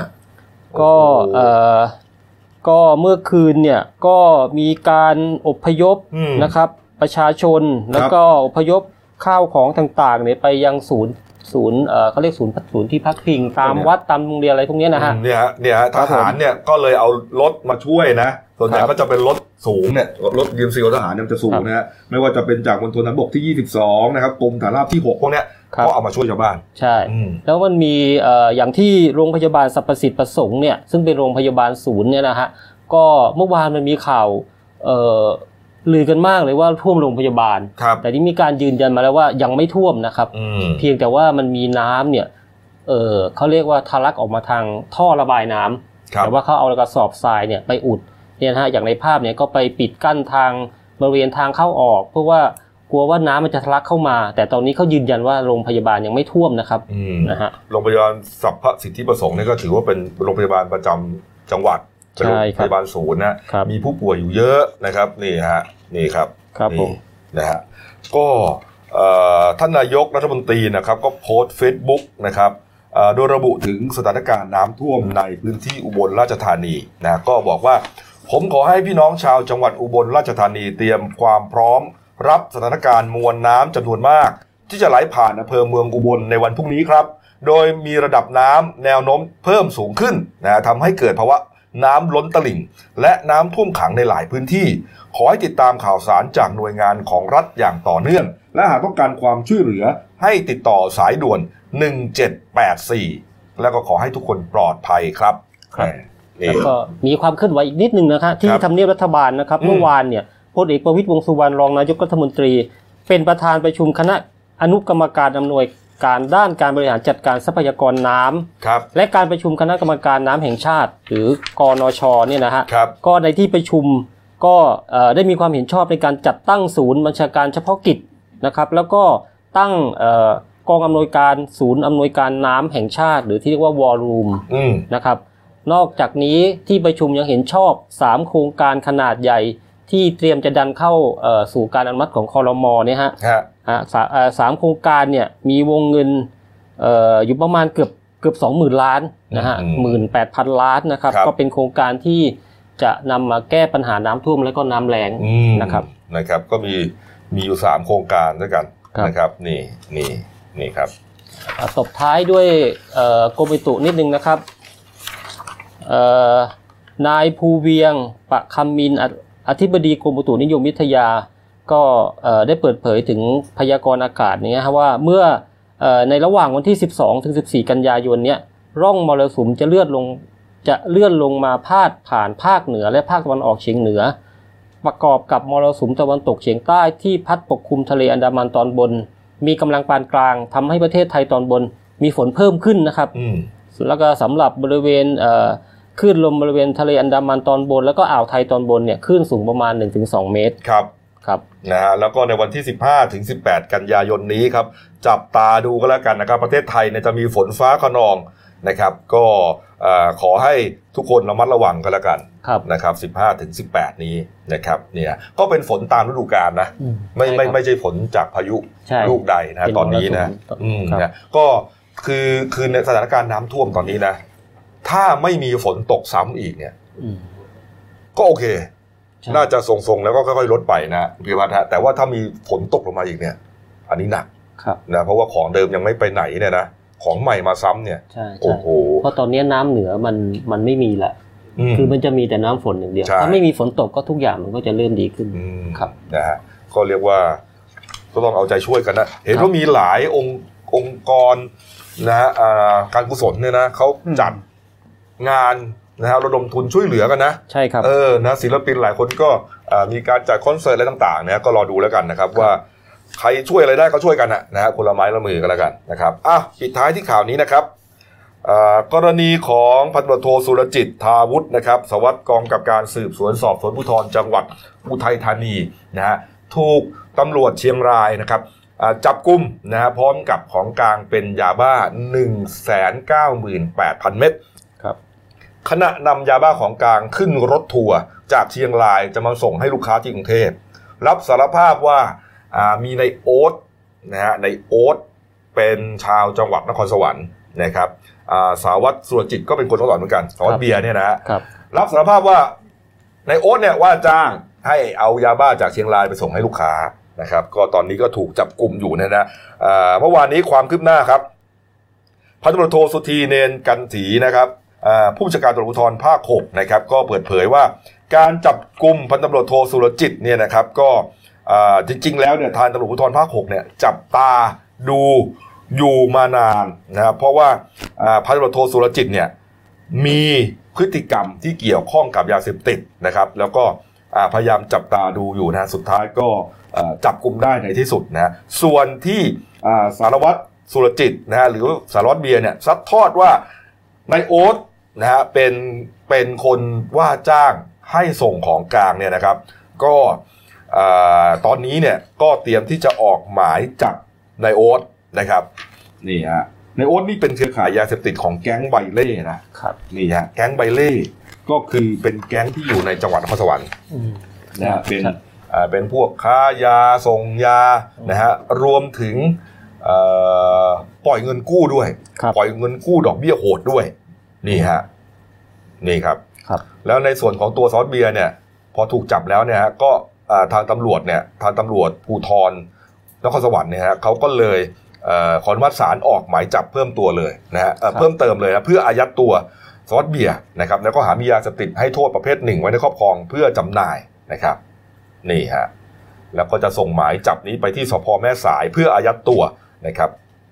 ก็เมื่อคืนเนี่ยก็มีการอพยพนะครับประชาชนแล้วก็อพยพข้าวของต่างๆเนี่ยไปยังศูนย์เขาเรียกศูนย์ที่พักพิงตามวัดตามโรงเรียนอะไรพวกนี้นะฮะเนี่ยทหารเนี่ยก็เลยเอารถมาช่วยนะส่วนใหญ่ก็จะเป็นรถสูงเนี่ยรถยืมซีทหารเนี่ยจะสูงนะฮะไม่ว่าจะเป็นจากมณฑลทหารบกที่22นะครับกรมฐานราบที่6พวกเนี้ยก็เอามาช่วยชาวบ้านใช่แล้วมันมีอย่างที่โรงพยาบาลสรรพสิทธิ์ประสงค์เนี่ยซึ่งเป็นโรงพยาบาลศูนย์เนี่ยนะฮะก็เมื่อวานมันมีข่าวลือกันมากเลยว่าท่วมโรงพยาบาลแต่ที่มีการยืนยันมาแล้วว่ายังไม่ท่วมนะครับเพียงแต่ว่ามันมีน้ำเนี่ยเขาเรียกว่าทะลักออกมาทางท่อระบายน้ำแต่ว่าเขาเอากระสอบทรายเนี่ยไปอุดเนี่ยนะฮะอย่างในภาพเนี่ยก็ไปปิดกั้นทางบริเวณทางเข้าออกเพื่อว่ากลัวว่าน้ำมันจะทะลักเข้ามาแต่ตอนนี้เขายืนยันว่าโรงพยาบาลยังไม่ท่วมนะครับนะฮะโรงพยาบาลสรรพสิทธิประสงค์นี่ก็ถือว่าเป็นโรงพยาบาลประจำจังหวัดเป็นโรงพยาบาลศูนย์นะมีผู้ป่วยอยู่เยอะนะครับนี่ฮะนี่ครับผมนะฮะก็ท่านนายกรัฐมนตรีนะครับก็โพสต์ Facebook นะครับโดยระบุถึงสถานการณ์น้ำท่วมในพื้นที่อุบลราชธานีนะก็บอกว่าผมขอให้พี่น้องชาวจังหวัดอุบลราชธานีเตรียมความพร้อมรับสถานการณ์มวลน้ำจำนวนมากที่จะไหลผ่านอำเภอเมืองอุบลในวันพรุ่งนี้ครับโดยมีระดับน้ำแนวโน้มเพิ่มสูงขึ้นนะทำให้เกิดภาวะน้ำล้นตลิ่งและน้ำท่วมขังในหลายพื้นที่ขอให้ติดตามข่าวสารจากหน่วยงานของรัฐอย่างต่อเนื่องและหากต้องการความช่วยเหลือให้ติดต่อสายด่วน1784แล้วก็ขอให้ทุกคนปลอดภัยครับแล้วก็มีความเคลื่อนไหวอีกนิดนึงนะครับที่ทำเนียบรัฐบาลนะครับเมื่อวานเนี่ยพลเอกประวิตรวงษ์สุวรรณรองนายกรัฐมนตรีเป็นประธานประชุมคณะอนุกรรมการอำนวยการด้านการบริหารจัดการทรัพยากรน้ำและการประชุมคณะกรรมการน้ำแห่งชาติหรือกนช.เนี่ยนะฮะก็ในที่ประชุมก็ได้มีความเห็นชอบในการจัดตั้งศูนย์บัญชาการเฉพาะกิจนะครับแล้วก็ตั้งกองอำนวยการศูนย์อำนวยการน้ำแห่งชาติหรือที่เรียกว่าวอลลุ่มนะครับนอกจากนี้ที่ประชุมยังเห็นชอบ3โครงการขนาดใหญ่ที่เตรียมจะดันเข้าสู่การอนุมัติของครม.เนี่ยฮะ3โครงการเนี่ยมีวงเงินอยู่ประมาณเกือบ 20,000 ล้านนะฮะ 18,000 ล้านนะครับก็เป็นโครงการที่จะนำมาแก้ปัญหาน้ำท่วมและก็น้ำแล้งนะครับก็มีอยู่3โครงการด้วยกันนะครับนี่ครับตบท้ายด้วยกรมอุตุนิดนึงนะครับนายภูเวียงปะคำมินอธิบดีกรมอุตุนิยมวิทยาก็ได้เปิดเผยถึงพยากรณ์อากาศนี้ครับว่าเมื่อในระหว่างวันที่12ถึง14กันยายนเนี้ยร่องมรสุมจะเลื่อนลงมาพาดผ่านภาคเหนือและภาคตะวันออกเฉียงเหนือประกอบกับมรสุมตะวันตกเฉียงใต้ที่พัดปกคลุมทะเลอันดามันตอนบนมีกำลังปานกลางทำให้ประเทศไทยตอนบนมีฝนเพิ่มขึ้นนะครับแล้วก็สำหรับบริเวณคลื่นลมบริเวณทะเลอันดามันตอนบนแล้วก็อ่าวไทยตอนบนเนี่ยคลื่นสูงประมาณ 1-2 เมตรครับนะฮะแล้วก็ในวันที่15ถึง18กันยายนนี้ครับจับตาดูก็แล้วกันนะครับประเทศไทยเนี่ยจะมีฝนฟ้าคะนองนะครับก็ขอให้ทุกคนระมัดระวังกันแล้วกันนะครับ15ถึง18นี้นะครับเนี่ยก็เป็นฝนตามฤดูกาลนะไม่ใช่ฝนจากพายุลูกใดนะตอนนี้นะก็คือในสถานการณ์น้ำท่วมตอนนี้นะถ้าไม่มีฝนตกซ้ำอีกเนี่ยก็โอเคน่าจะทรงๆแล้วก็ค่อยๆลดไปนะพี่วัฒน์แต่ว่าถ้ามีฝนตกลงมาอีกเนี่ยอันนี้หนักนะเพราะว่าของเดิมยังไม่ไปไหนเนี่ยนะของใหม่มาซ้ำเนี่ยโอ้โหเพราะตอนนี้น้ำเหนือมันไม่มีละคือมันจะมีแต่น้ำฝนอย่างเดียวถ้าไม่มีฝนตกก็ทุกอย่างมันก็จะเริ่มดีขึ้นครับนะฮะก็เรียกว่าก็ต้องเอาใจช่วยกันนะเห็นว่ามีหลายองค์กรนะการกุศลเนี่ยนะเขาจัดงานนะฮะระดมทุนช่วยเหลือกันนะใช่ครับนะศิลปินหลายคนก็มีการจัดคอนเสิร์ตอะไรต่างๆเนี่ยก็รอดูแล้วกันนะครับว่าใครช่วยอะไรได้ก็ช่วยกันนะฮะคนละไม้ละมือกันแล้วกันนะครับปิดท้ายที่ข่าวนี้นะครับกรณีของพันตำรวจโทสุรจิตทาวุฒินะครับสารวัตรกองกำกับการสืบสวนสอบสวนภูธรจังหวัดอุทัยธานีนะฮะถูกตำรวจเชียงรายนะครับจับกุมนะฮะพร้อมกับของกลางเป็นยาบ้า 198,000 เม็ดขณะนำยาบ้าของกลางขึ้นรถทัวร์จากเชียงรายจะมาส่งให้ลูกค้าที่กรุงเทพรับสารภาพว่ามีในโอ๊ตนะฮะในโอ๊ตเป็นชาวจังหวัดนครสวรรค์นะครับสารวัตรสุรจิตก็เป็นคนนครสวรรค์เหมือนกันสารวัตรเบียร์เนี่ยนะฮะรับสารภาพว่าในโอ๊ตเนี่ยว่าจ้างให้เอายาบ้าจากเชียงรายไปส่งให้ลูกค้านะครับก็ตอนนี้ก็ถูกจับกุมอยู่นะเมื่อวานนี้ความคืบหน้าครับพันตำรวจโทสุธีเนนกันถีนะครับผู้บัญชาการตำรวจภูธรภาค6นะครับก็เปิดเผยว่าการจับกุมพันตำรวจโทสุรจิตเนี่ยนะครับก็จริงๆแล้วเนี่ยทางตำรวจภูธรภาค6เนี่ยจับตาดูอยู่มานานนะครับเพราะว่าพันตำรวจโทสุรจิตเนี่ยมีพฤติกรรมที่เกี่ยวข้องกับยาเสพติดนะครับแล้วก็พยายามจับตาดูอยู่นะสุดท้ายก็จับกุมได้ในที่สุดนะส่วนที่สารวัตรสุรจิตนะฮะหรือสารวัตรเบียร์เนี่ยซัดทอดว่านายโอ๊ตนะฮะเป็นคนว่าจ้างให้ส่งของกลางเนี่ยนะครับก็ตอนนี้เนี่ยก็เตรียมที่จะออกหมายจับนายโอ๊ตนะครับนี่ฮะนายโอ๊ตนี่เป็นเครือข่ายยาเสพติดของแก๊งไบเล่นะครับนี่ฮะแก๊งไบเล่ก็คือเป็นแก๊งที่อยู่ในจังหวัดนครสวรรค์นะฮะเป็นพวกค้ายาส่งยานะฮะรวมถึงปล่อยเงินกู้ด้วยปล่อยเงินกู้ดอกเบี้ยโหดด้วยนี่ฮะนี่ครับแล้วในส่วนของตัวซอสเบียร์เนี่ยพอถูกจับแล้วเนี่ยก็ทางตำรวจภูธรนครสวรรค์เนี่ยฮะเขาก็เลยขออนุมัติศาลออกหมายจับเพิ่มตัวเลยนะฮะเพิ่มเติมเลยนะเพื่ออายัดตัวซอสเบียร์นะครับแล้วก็หามียาเสพติดให้โทษประเภท1ไว้ในครอบครองเพื่อจำหน่ายนะครับนี่ฮะแล้วก็จะส่งหมายจับนี้ไปที่สภ.แม่สายเพื่ออายัดตัวนะครับ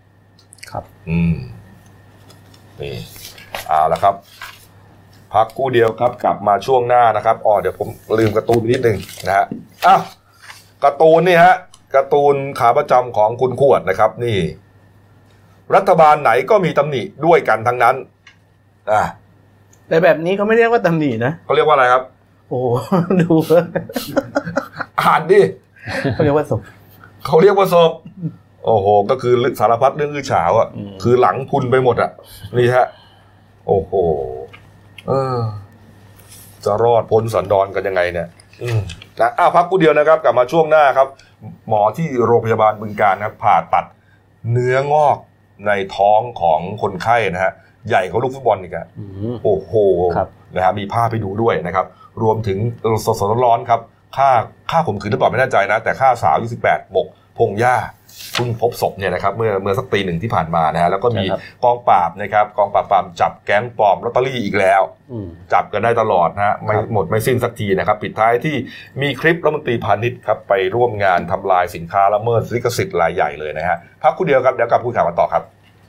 นี่เอาละครับพักกู้เดียวครับกลับมาช่วงหน้านะครับเดี๋ยวผมลืมการ์ตูนนิดนึงนะฮะการ์ตูนนี่ฮะการ์ตูนขาประจำของคุณขวดนะครับนี่รัฐบาลไหนก็มีตำหนิด้วยกันทั้งนั้นแต่แบบนี้เขาไม่เรียกว่าตำหนินะเขาเรียกว่าอะไรครับโอ้ดูอ่านดิเขาเรียกว่าศพโอ้โหก็คือสารพัดเรื่องอื้อฉาวคือหลังพุนไปหมดนี่ฮะโอ้โหจะรอดพ้นสันดอนกันยังไงเนี่ยนะพักกูเดียวนะครับกลับมาช่วงหน้าครับหมอที่โรงพยาบาลบึงกาฬครับผ่าตัดเนื้องอกในท้องของคนไข้นะฮะใหญ่กว่าลูกฟุตบอลอีกอ่ะโอ้โหนะฮะมีภาพไปดูด้วยนะครับรวมถึงสดๆร้อนๆครับค่าข่มขืนหรือเปล่าไม่แน่ใจนะแต่ฆ่าสาวอายุ18หมกพงหญ้าเพิ่งพบศพเนี่ยนะครับเมื่อสักตีหนึ่งที่ผ่านมานะฮะแล้วก็มีกองปราบนะครับกองปราบจับแก๊งปลอมลอตเตอรี่อีกแล้วจับกันได้ตลอดนะฮะไม่หมดไม่สิ้นสักทีนะครับปิดท้ายที่มีคลิปรัฐมนตรีพาณิชย์ครับไปร่วมงานทำลายสินค้าละเมิดลิขสิทธิ์รายใหญ่เลยนะฮะพักคู่เดียวครับเดี๋ยวกลับคุยข่าวกันต่อครับ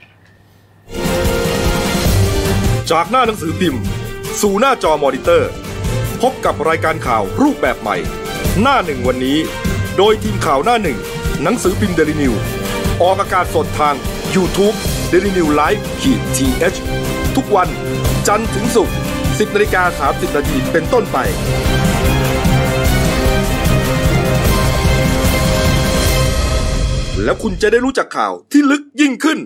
จากหน้าหนังสือพิมพ์สู่หน้าจอมอนิเตอร์พบกับรายการข่าวรูปแบบใหม่หน้าหนึ่งวันนี้โดยทีมข่าวหน้าหนึ่งหนังสือพิมพ์ Daily News ออกอากาศสดทาง YouTube Daily News Live-TH ทุกวันจันทร์ถึงศุกร์ 10:30 น.เป็นต้นไปแล้วคุณจะได้รู้จักข่าวที่ลึกยิ่งขึ้น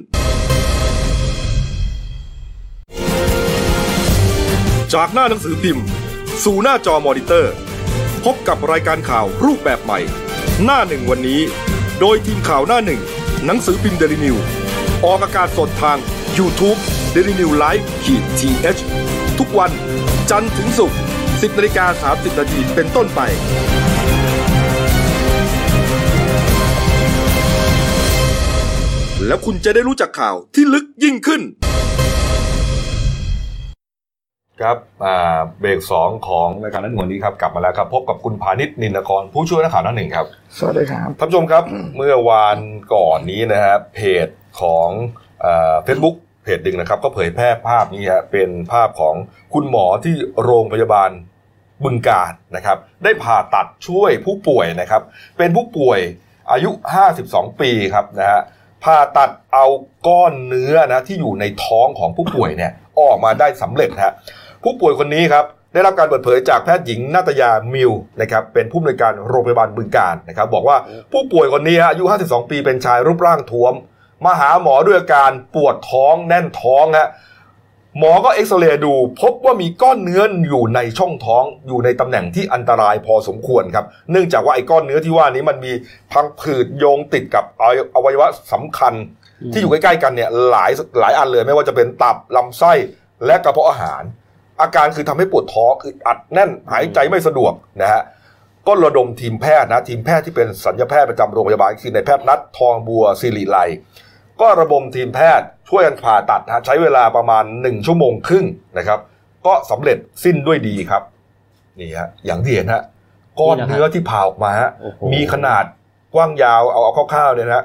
จากหน้าหนังสือพิมพ์สู่หน้าจอมอนิเตอร์พบกับรายการข่าวรูปแบบใหม่หน้าหนึ่งวันนี้โดยทีมข่าวหน้าหนึ่งหนังสือพิมพ์ Daily News ออกอากาศสดทาง YouTube Daily News Live-TH ทุกวันจันทร์ถึงศุกร์ 10:30 น.เป็นต้นไปแล้วคุณจะได้รู้จักข่าวที่ลึกยิ่งขึ้นครับเบรก2ของรายการหน้าหนึ่งวันนี้ครับกลับมาแล้วครับพบกับคุณพานิชนินนครผู้ช่วยนักข่าวหน้าหนึ่งครับสวัสดีครับท่านผู้ชมครับเมื่อวานก่อนนี้นะฮะเพจของFacebook เพจหนึ่งนะครับก็เผยแพร่ภาพนี้ฮะเป็นภาพของคุณหมอที่โรงพยาบาลบึงกาฬนะครับได้ผ่าตัดช่วยผู้ป่วยนะครับเป็นผู้ป่วยอายุ52ปีครับนะฮะผ่าตัดเอาก้อนเนื้อนะที่อยู่ในท้องของผู้ป่วยเนี่ยออกมาได้สำเร็จฮะผู้ป่วยคนนี้ครับได้รับการเปิดเผยจากแพทย์หญิงนาตยามิวนะครับเป็นผู้อำนวยการโรงพยาบาลบึงกาฬนะครับบอกว่าผู้ป่วยคนนี้อายุ52ปีเป็นชายรูปร่างท้วมมาหาหมอด้วยอาการปวดท้องแน่นท้องฮะหมอก็เอ็กซเรย์ดูพบว่ามีก้อนเนื้ออยู่ในช่องท้องอยู่ในตำแหน่งที่อันตรายพอสมควรครับเนื่องจากว่าไอ้ก้อนเนื้อที่ว่านี้มันมีพังผืดโยงติดกับอวัยวะสำคัญที่อยู่ใกล้ๆกันเนี่ยหลายอันเลยไม่ว่าจะเป็นตับลำไส้และกระเพาะอาหารอาการคือทำให้ปวดท้องคืออัดแน่นหายใจไม่สะดวกนะฮะก็ระดมทีมแพทย์นะทีมแพทย์ที่เป็นศัลยแพทย์ประจำโรงพยาบาลคือนายแพทย์นัททองบัวศิริไลก็ระดมทีมแพทย์ช่วยกันผ่าตัดนะใช้เวลาประมาณ1 ชั่วโมงครึ่งนะครับก็สำเร็จสิ้นด้วยดีครับนี่ฮะอย่างที่เห็นฮะก้อนเนื้อที่ผ่าออกมาฮะมีขนาดกว้างยาวเอาคร่าวๆเนี่ยนะ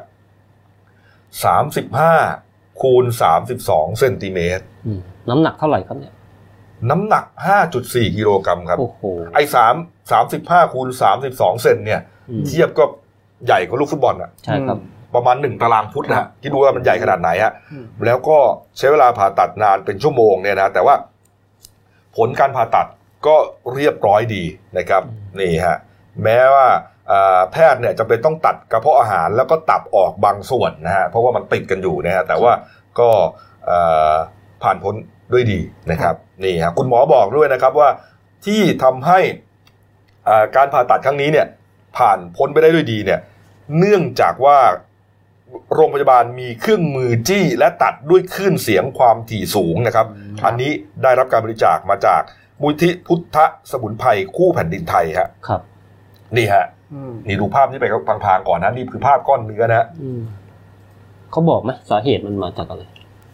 35 คูณ 32 เซนติเมตรน้ำหนักเท่าไหร่ครับเนี่ยน้ำหนัก 5.4 กิโลกรัมครับไอ้35 คูณ 32 เซนเนี่ยเทียบก็ใหญ่กว่าลูกฟุตบอลอ่ะใช่ครับประมาณ1 ตารางฟุตนะคิดดูว่ามันใหญ่ขนาดไหนฮะแล้วก็ใช้เวลาผ่าตัดนานเป็นชั่วโมงเนี่ยนะแต่ว่าผลการผ่าตัดก็เรียบร้อยดีนะครับนี่ฮะแม้ว่าแพทย์เนี่ยจำเป็นต้องตัดกระเพาะอาหารแล้วก็ตับออกบางส่วนนะฮะเพราะว่ามันติดกันอยู่นะฮะแต่ว่าก็ผ่านพ้นด้วยดีนะครับนี่ฮะคุณหมอบอกด้วยนะครับว่าที่ทำให้การผ่าตัดครั้งนี้เนี่ยผ่านพ้นไปได้ด้วยดีเนี่ยเนื่องจากว่าโรงพยาบาลมีเครื่องมือจี้และตัดด้วยคลื่นเสียงความถี่สูงนะครับอันนี้ได้รับการบริจาคมาจากมูลนิธิพุทธสมุนไพรคู่แผ่นดินไทยครับนี่ฮะนี่ดูภาพนี้ไปพลางๆก่อนนะนี่คือภาพก้อนเนื้อนะเขาบอกไหมสาเหตุมันมาจากอะไร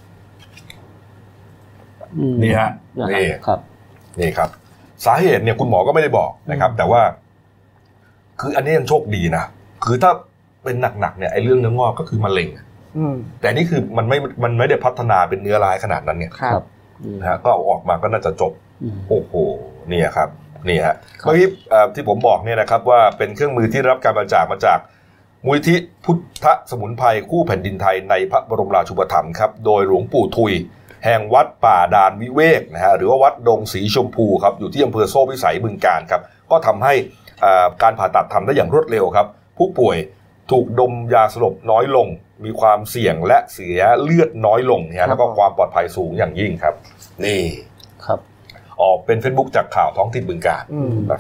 นี่ฮะนี่ครับนี่ครับสาเหตุเนี่ยคุณหมอก็ไม่ได้บอกนะครับแต่ว่าคืออันนี้ยังโชคดีนะคือถ้าเป็นหนักๆเนี่ยไอ้เรื่องเนื้องอกก็คือมะเร็งแต่นี่คือมันไม่ได้พัฒนาเป็นเนื้อร้ายขนาดนั้นเนี่ยนะฮะก็เอาออกมาก็น่าจะจบโอ้โหนี่ครับนี่ฮะเมื่อกี้ที่ผมบอกเนี่ยนะครับว่าเป็นเครื่องมือที่รับการบริจาคมาจากมูลนิธิพุทธสมุนไพรคู่แผ่นดินไทยในพระบรมราชูปถัมภ์ครับโดยหลวงปู่ทุยแห่งวัดป่าดานวิเวกนะฮะหรือว่าวัดดงสีชมพูครับอยู่ที่อำเภอโซ่พิสัยบึงกาฬครับก็ทำให้การผ่าตัดทำได้อย่างรวดเร็วครับผู้ป่วยถูกดมยาสลบน้อยลงมีความเสี่ยงและเสียเลือดน้อยลงเนี่ยแล้วก็ความปลอดภัยสูงอย่างยิ่งครับนี่ครับออกเป็น Facebook จากข่าวท้องถิ่นบึงกาฬนะครับ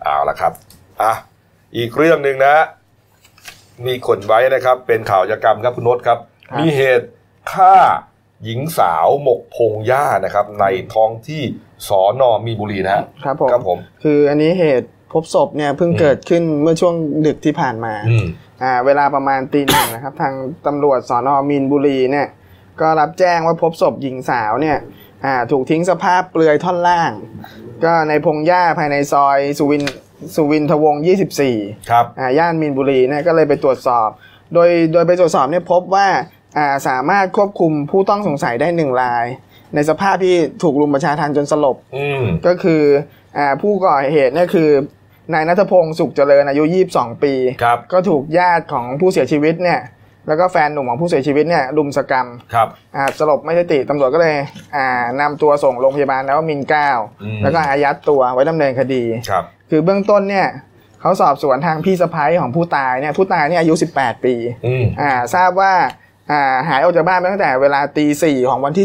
เอาละครับอีกเรื่องนึงนะมีคนไว้นะครับเป็นข่าวอาชญากรรมครับคุณโน้ตครับมีเหตุฆ่าหญิงสาวหมกพงหญ้านะครับในท้องที่สน.มีนบุรีนะครับผมคืออันนี้เหตุพบศพเนี่ยเพิ่งเกิดขึ้นเมื่อช่วงดึกที่ผ่านมาเวลาประมาณตี 1นะครับทางตำรวจสน.มีนบุรีเนี่ยก็รับแจ้งว่าพบศพหญิงสาวเนี่ยถูกทิ้งสภาพเปลือยท่อนล่างก็ในพงหญ้าภายในซอยสุวินทวงศ์24 ครับย่านมีนบุรีเนี่ยก็เลยไปตรวจสอบโดยไปตรวจสอบเนี่ยพบว่าสามารถควบคุมผู้ต้องสงสัยได้1รายในสภาพที่ถูกรุมประชาทัณฑ์จนสลบก็คือผู้ก่อเหตุเนี่ยคือนายณัฐพงศ์สุขเจริญอายุ22ปีก็ถูกญาติของผู้เสียชีวิตเนี่ยแล้วก็แฟนหนุ่มของผู้เสียชีวิตเนี่ยรุมสกรรมสลบไม่ได้สติตำรวจก็เลยนำตัวส่งโรงพยาบาลนวมินทร์9แล้วก็อายัดตัวไว้ดำเนินคดีคือเบื้องต้นเนี่ยเขาสอบสวนทางพี่สะใภ้ของผู้ตายเนี่ยผู้ตายเนี่ยอายุ18ปีทราบว่าหายออกจากบ้านตั้งแต่เวลาตี 4ของวันที่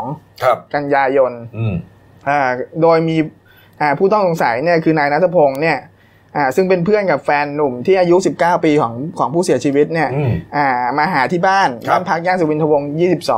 12กันยายนโดยมีผู้ต้องสงสัยเนี่ยคือนายณัฐพงศ์เนี่ยซึ่งเป็นเพื่อนกับแฟนหนุ่มที่อายุ19ปีของผู้เสียชีวิตเนี่ยมาหาที่บ้านพักย่านสุวินทวงศ์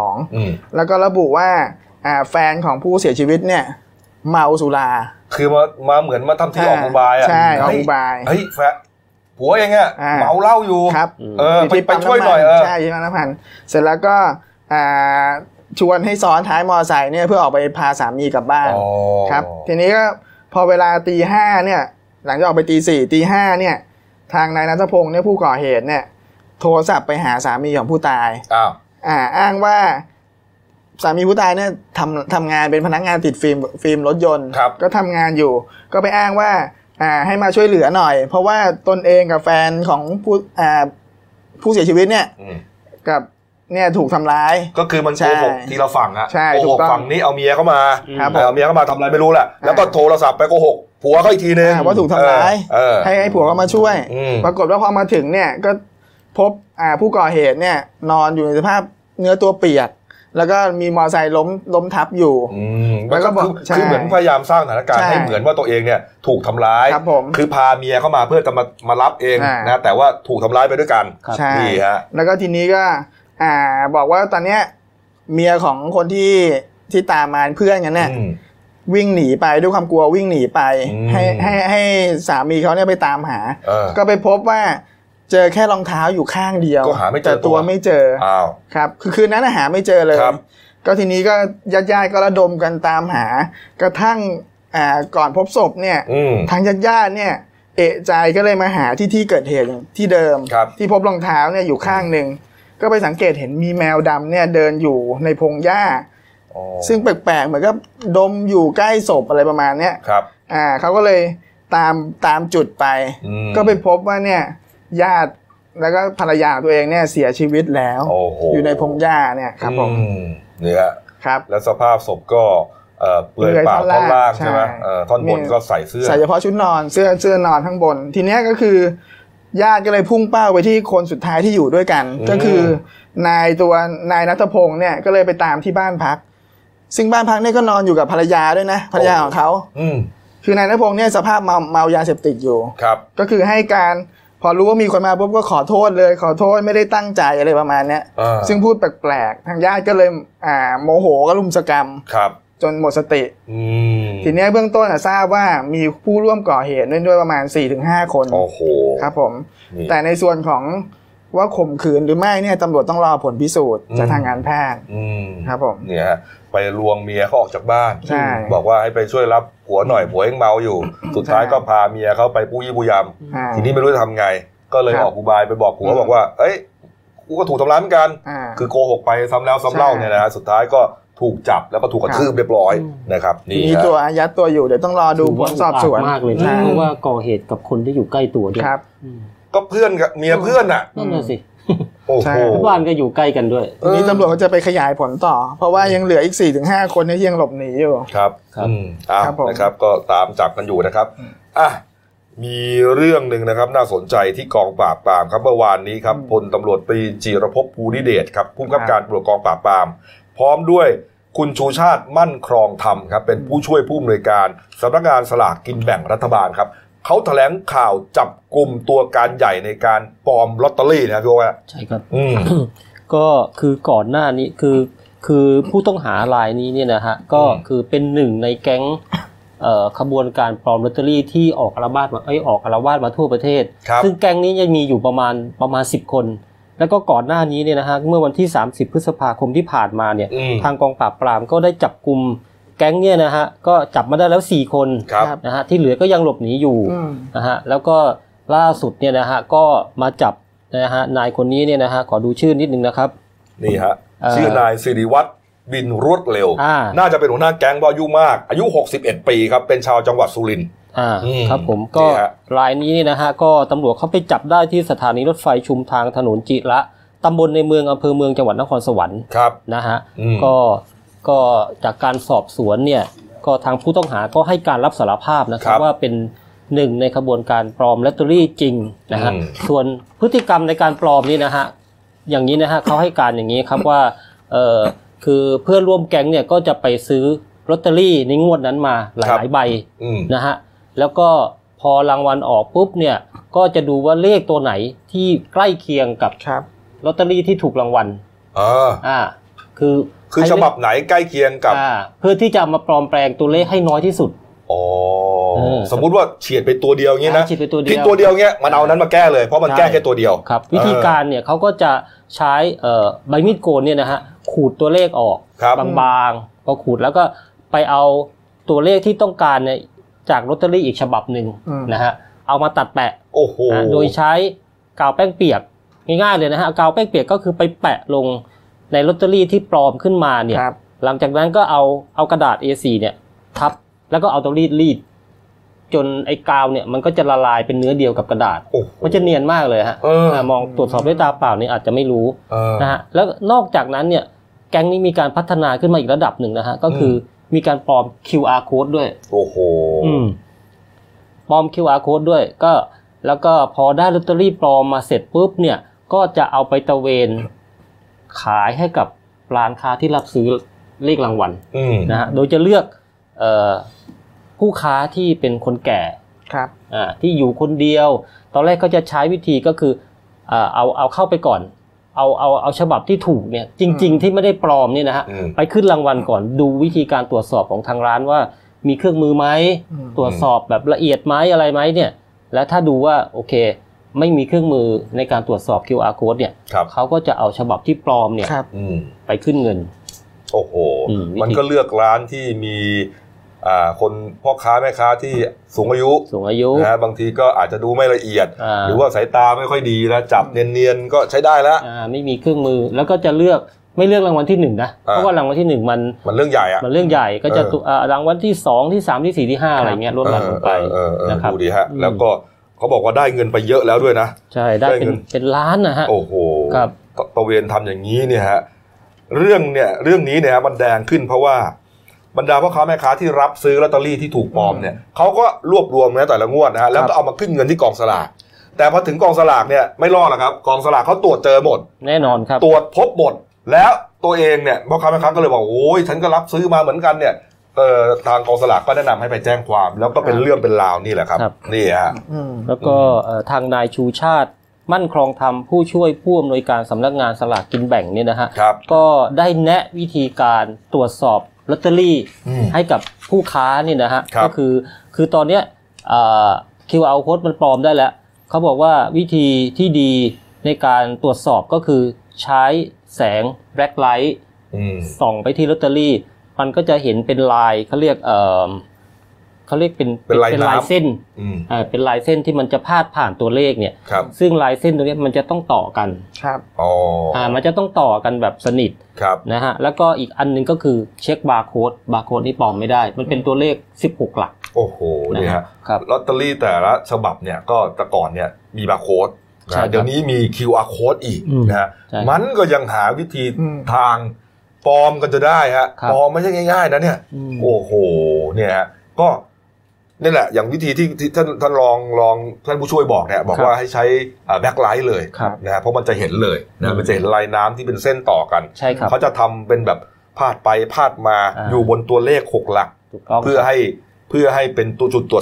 22แล้วก็ระบุว่าแฟนของผู้เสียชีวิตเนี่ยเมาสุราคือมาเหมือนมาทำที่ออกอุบายใช่ออกอุบายเฮ้ยแฟนผัวเองอะเมาเหล้าอยู่ครับไปช่วยหน่อยใช่ที่ปั๊มน้ำมันเสร็จแล้วก็ชวนให้ซ้อนท้ายมอไซค์เนี่ยเพื่อออกไปพาสามีกลับบ้านครับทีนี้ก็พอเวลาตี 5เนี่ยหลังจากออกไปตี 4ตี 5เนี่ยทางนายณัฐพงศ์เนี่ยผู้ก่อเหตุเนี่ยโทรศัพท์ไปหาสามีของผู้ตายอ้างว่าสามีผู้ตายเนี่ยทำงานเป็นพนักงานติดฟิล์มรถยนต์ก็ทำงานอยู่ก็ไปอ้างว่าให้มาช่วยเหลือหน่อยเพราะว่าตนเองกับแฟนของผู้เสียชีวิตเนี่ยกับเนี่ยถูกทำร้ายก็คือมันโกหกทีละฝั่งอะโกหกฝั่งนี้เอาเมียเข้ามาเอาเมียเข้ามาทำอะไรไม่รู้แหละแล้วก็โทรศัพท์ไปโกหกผัวเขาอีกทีนึงว่าถูกทำร้ายให้ผัวเขามาช่วยปรากฏว่าพอมาถึงเนี่ยก็พบผู้ก่อเหตุเนี่ยนอนอยู่ในสภาพเนื้อตัวเปียกแล้วก็มีมอเตอร์ไซค์ล้มทับอยู่แล้วก็คือเหมือนพยายามสร้างสถานการณ์ให้เหมือนว่าตัวเองเนี่ยถูกทำร้ายคือพาเมียเข้ามาเพื่อจะมารับเองนะแต่ว่าถูกทำร้ายไปด้วยกันนี่ฮะแล้วก็ทีนี้ก็บอกว่าตอนเนี้ยเมียของคนที่ตามมาเพื่อนกันเนี่ยวิ่งหนีไปด้วยความกลัววิ่งหนีไปให้สามีเขาเนี่ยไปตามหาก็ไปพบว่าเจอแค่รองเท้าอยู่ข้างเดียวแต่ตัวไม่เจอครับคืนนั้นหาไม่เจอเลยก็ทีนี้ก็ญาติๆก็ระดมกันตามหากระทั่งก่อนพบศพเนี่ยทางญาติๆเนี่ยเอะใจก็เลยมาหาที่เกิดเหตุที่เดิมที่พบรองเท้าเนี่ยอยู่ข้างนึงก็ไปสังเกตเห็นมีแมวดำเนี่ยเดินอยู่ในพงหญ้าซึ่งแปลกๆเหมือนกับดมอยู่ใกล้ศพอะไรประมาณเนี้ยเขาก็เลยตามจุดไปก็ไปพบว่าเนี่ยญาติแล้วก็ภรรยาตัวเองเนี่ยเสียชีวิตแล้วอยู่ในพงหญ้าเนี่ยครับผมเนี่ยครับแล้วสภาพศพก็เปลือยเปล่าท่อนล่างใช่ไหมท่อนบนก็ใส่เสื้อใส่เฉพาะชุดนอนเสื้อนอนข้างบนทีนี้ก็คือญาติก็เลยพุ่งเป้าไปที่คนสุดท้ายที่อยู่ด้วยกันก็คือนายณัฐพงศ์เนี่ยก็เลยไปตามที่บ้านพักซึ่งบ้านพักเนี่ยก็นอนอยู่กับภรรยาด้วยนะภรรยาของเขาคือนายณัฐพงศ์เนี่ยสภาพเมายาเสพติดอยู่ก็คือให้การพอรู้ว่ามีคนมาปุ๊บก็ขอโทษเลยขอโทษไม่ได้ตั้งใจอะไรประมาณนี้ซึ่งพูดแปลกๆทางญาติก็เลยโมโหก็รุมสกรรมจนหมดสติทีนี้เบื้องต้นทราบว่ามีผู้ร่วมก่อเหตุด้วยประมาณ 4-5 คนครับผมแต่ในส่วนของว่าข่มขืนหรือไม่เนี่ยตำรวจต้องรอผลพิสูจน์จากทางการแพทย์ครับผมเนี่ยไปลวงเมียเขาออกจากบ้านบอกว่าให้ไปช่วยรับผัวหน่อยผัวเองเมาอยู่สุดท้ายก็พาเมียเขาไปปู้ยี่ปูยำทีนี้ไม่รู้จะทำไงก็เลยออกอุบายไปบอกผัวบอกว่าเอ้ยกูก็ถูกทำร้ายเหมือนกันคือโกหกไปซ้ำแล้วซ้ำเล่าเนี่ยนะสุดท้ายก็ถูกจับแล้วก็ถูกกระทืบเรียบร้อยนะครับนี่มีตัวอายัดตัวอยู่เดี๋ยวต้องรอดูผลสอบสวนมากเลยเพราะว่าก่อเหตุกับคนที่อยู่ใกล้ตัวด้วยก็เพื่อนกับเมียเพื่อนน่ะนั่นน่ะสิบ้านก็อยู่ใกล้กันด้วยทีนี้ตำรวจเขาจะไปขยายผลต่อเพราะว่ายังเหลืออีก 4-5 คนที่ยังหลบหนีอยู่ครับนะครับก็ตามจับกันอยู่นะครับมีเรื่องนึงนะครับน่าสนใจที่กองปราบปรามครับเมื่อวานนี้ครับพลตำรวจตรีจิรภพภูริเดชครับผู้กำกับการตำรวจกองปราบปรามพร้อมด้วยคุณชูชาติมั่นครองธรรมครับเป็นผู้ช่วยผู้อำนวยการสำนักงานสลากกินแบ่งรัฐบาลครับเขาแถลงข่าวจับกลุ่มตัวการใหญ่ในการปลอมลอตเตอรี่นะพี่โอ๊คใช่ครับ ก็คือก่อนหน้านี้คือผู้ต้องหารายนี้เนี่ยนะฮะก็คือเป็นหนึ่งในแก๊งขบวนการปลอมลอตเตอรี่ที่ออกอาละวาดมาทั่วประเทศซึ่งแก๊งนี้ยังมีอยู่ประมาณ10 คนแล้วก็ก่อนหน้านี้เนี่ยนะฮะเมื่อวันที่30 พฤษภาคมที่ผ่านมาเนี่ยทางกองปราบปรามก็ได้จับกลุ่มแก๊งเนี่ยนะฮะก็จับมาได้แล้ว4 คนนะฮะที่เหลือก็ยังหลบหนีอยู่นะฮะแล้วก็ล่าสุดเนี่ยนะฮะก็มาจับนะฮะนายคนนี้เนี่ยนะฮะขอดูชื่อนิดนึงนะครับนี่ฮะชื่อนายสิริวัฒน์บินรวดเร็วน่าจะเป็นหัวหน้าแก๊งอายุมากอายุ61 ปีครับเป็นชาวจังหวัดสุรินทร์ครับผมก็รายนี้นะฮะก็ตำรวจเขาไปจับได้ที่สถานีรถไฟชุมทางถนนจิระตำบลในเมืองอำเภอเมืองจังหวัดนครสวรรค์นะฮะก็จากการสอบสวนเนี่ยก็ทางผู้ต้องหาก็ให้การรับสารภาพนะครับว่าเป็นหนึ่งในขบวนการปลอมลอตเตอรี่จริงนะฮะส่วนพฤติกรรมในการปลอมนี่นะฮะอย่างนี้นะฮะเขาให้การอย่างนี้ครับว่าคือเพื่อนร่วมแก๊งเนี่ยก็จะไปซื้อลอตเตอรี่ในงวดนั้นมาหลายใบนะฮะแล้วก็พอรางวัลออกปุ๊บเนี่ยก็จะดูว่าเลขตัวไหนที่ใกล้เคียงกับลอตเตอรี่ที่ถูกรางวัลคือฉบับไหนใกล้เคียงกับเพื่อที่จะมาปลอมแปลงตัวเลขให้น้อยที่สุดสมมุติว่าเฉียดไปตัวเดียวงี้นะผิดตัวเดียวเงี้ยมันเอานั้นมาแก้เลยเพราะมันแก้แค่ตัวเดียวครับวิธีการเนี่ยเขาก็จะใช้ใบมีดโกนเนี่ยนะฮะขูดตัวเลขออกบางๆพอขูดแล้วก็ไปเอาตัวเลขที่ต้องการเนี่ยจากลอตเตอรี่อีกฉบับหนึ่งนะฮะเอามาตัดแปะโดยใช้กาวแป้งเปียกง่ายๆเลยนะฮะกาวแป้งเปียกก็คือไปแปะลงในลอตเตอรี่ที่ปลอมขึ้นมาเนี่ยหลังจากนั้นก็เอากระดาษ A4 เนี่ยทับแล้วก็เอาตัวรีดจนไอ้กาวเนี่ยมันก็จะละลายเป็นเนื้อเดียวกับกระดาษมันจะเนียนมากเลยฮะมองตรวจสอบด้วยตาเปล่านี่อาจจะไม่รู้นะฮะแล้วนอกจากนั้นเนี่ยแก๊งนี้มีการพัฒนาขึ้นมาอีกระดับหนึ่งนะฮะก็คือมีการปลอม QR code ด้วยโอ้โหปลอม QR code ด้วยก็แล้วก็พอได้ลอตเตอรี่ปลอมมาเสร็จปุ๊บเนี่ยก็จะเอาไปตระเวนขายให้กับร้านค้าที่รับซื้อเลขรางวัลนะฮะโดยจะเลือกผู้ค้าที่เป็นคนแก่ที่อยู่คนเดียวตอนแรกก็จะใช้วิธีก็คือเอาเข้าไปก่อนเอาฉบับที่ถูกเนี่ยจริงๆที่ไม่ได้ปลอมเนี่ยนะฮะไปขึ้นรางวัลก่อนดูวิธีการตรวจสอบของทางร้านว่ามีเครื่องมือไหมตรวจสอบแบบละเอียดไหมอะไรไหมเนี่ยและถ้าดูว่าโอเคไม่มีเครื่องมือในการตรวจสอบ QR code เนี่ยเขาก็จะเอาฉบับที่ปลอมเนี่ยไปขึ้นเงินโอ้โหมันก็เลือกร้านที่มีคนพ่อค้าแม่ค้าที่สูงอายุนะบางทีก็อาจจะดูไม่ละเอียดหรือว่าสายตาไม่ค่อยดีแล้วจับเนียนๆก็ใช้ได้แล้วไม่มีเครื่องมือแล้วก็จะไม่เลือกรางวัลที่1นะเพราะว่ารางวัลที่1 มันเรื่องใหญ่มันเรื่องใหญ่ก็จะรางวัลที่2ที่3ที่4ที่5อะไรเงี้ยลดหลั่นลงไปนะครับดูดีฮะแล้วก็เขาบอกว่าได้เงินไปเยอะแล้วด้วยนะใช่ได้เป็นล้านนะฮะโอ้โหตะเวนทำอย่างนี้เนี่ยฮะเรื่องนี้เนี่ยมันแดงขึ้นเพราะว่าบรรดาพ่อค้าแม่ค้าที่รับซื้อลอตเตอรี่ที่ถูกปลอมเนี่ยเขาก็รวบรวมนะแต่ละงวดนะฮะแล้วก็เอามาขึ้นเงินที่กองสลากแต่พอถึงกองสลากเนี่ยไม่รอดหรอกครับกองสลากเขาตรวจเจอหมดแน่นอนครับตรวจพบหมดแล้วตัวเองเนี่ยพ่อค้าแม่ค้าก็เลยบอกโอ้ยฉันก็รับซื้อมาเหมือนกันเนี่ยทางกองสลากก็แนะนำให้ไปแจ้งความแล้วก็เป็นเรื่องเป็นราวนี่แหละครับนี่ฮะแล้วก็ทางนายชูชาติมั่นครองธรรมผู้ช่วยผู้อำนวยการสำนักงานสลากกินแบ่งเนี่ยนะฮะก็ได้แนะวิธีการตรวจสอบลอตเตอรี่ให้กับผู้ค้านี่นะฮะก็คือตอนเนี้ยQR code มันปลอมได้แล้วเขาบอกว่าวิธีที่ดีในการตรวจสอบก็คือใช้แสงแบล็คไลท์ส่องไปที่ลอตเตอรี่มันก็จะเห็นเป็นลายเขาเรียกเป็นลายเส้นเป็นลายเส้นที่มันจะพาดผ่านตัวเลขเนี่ยซึ่งลายเส้นตัวนี้มันจะต้องต่อกันครับมันจะต้องต่อกันแบบสนิทนะฮะแล้วก็อีกอันนึงก็คือเช็คบาร์โค้ดนี่ปลอมไม่ได้มันเป็นตัวเลข16หลักโอ้โหนี่ฮะลอตเตอรี่แต่ละฉบับเนี่ยก็แต่ก่อนเนี่ยมีบาร์โค้ดเดี๋ยวนี้มี QR code อีกนะฮะมันก็ยังหาวิธีทางปลอมกันจะได้ฮะปลอมไม่ใช่ง่ายๆนะเนี่ยโอ้โหเนี่ยฮะก็นี่แหละอย่างวิธีที่ท่านลองท่านผู้ช่วยบอกเนี่ยบอกว่าให้ใช้แบ็คไลท์เลยนะเพราะมันจะเห็นเลยนะมันจะเห็นลายน้ำที่เป็นเส้นต่อกันเขาจะทำเป็นแบบพาดไปพาดมาอยู่บนตัวเลข6หลักเพื่อให้เป็นตัวจุดตรวจสอบ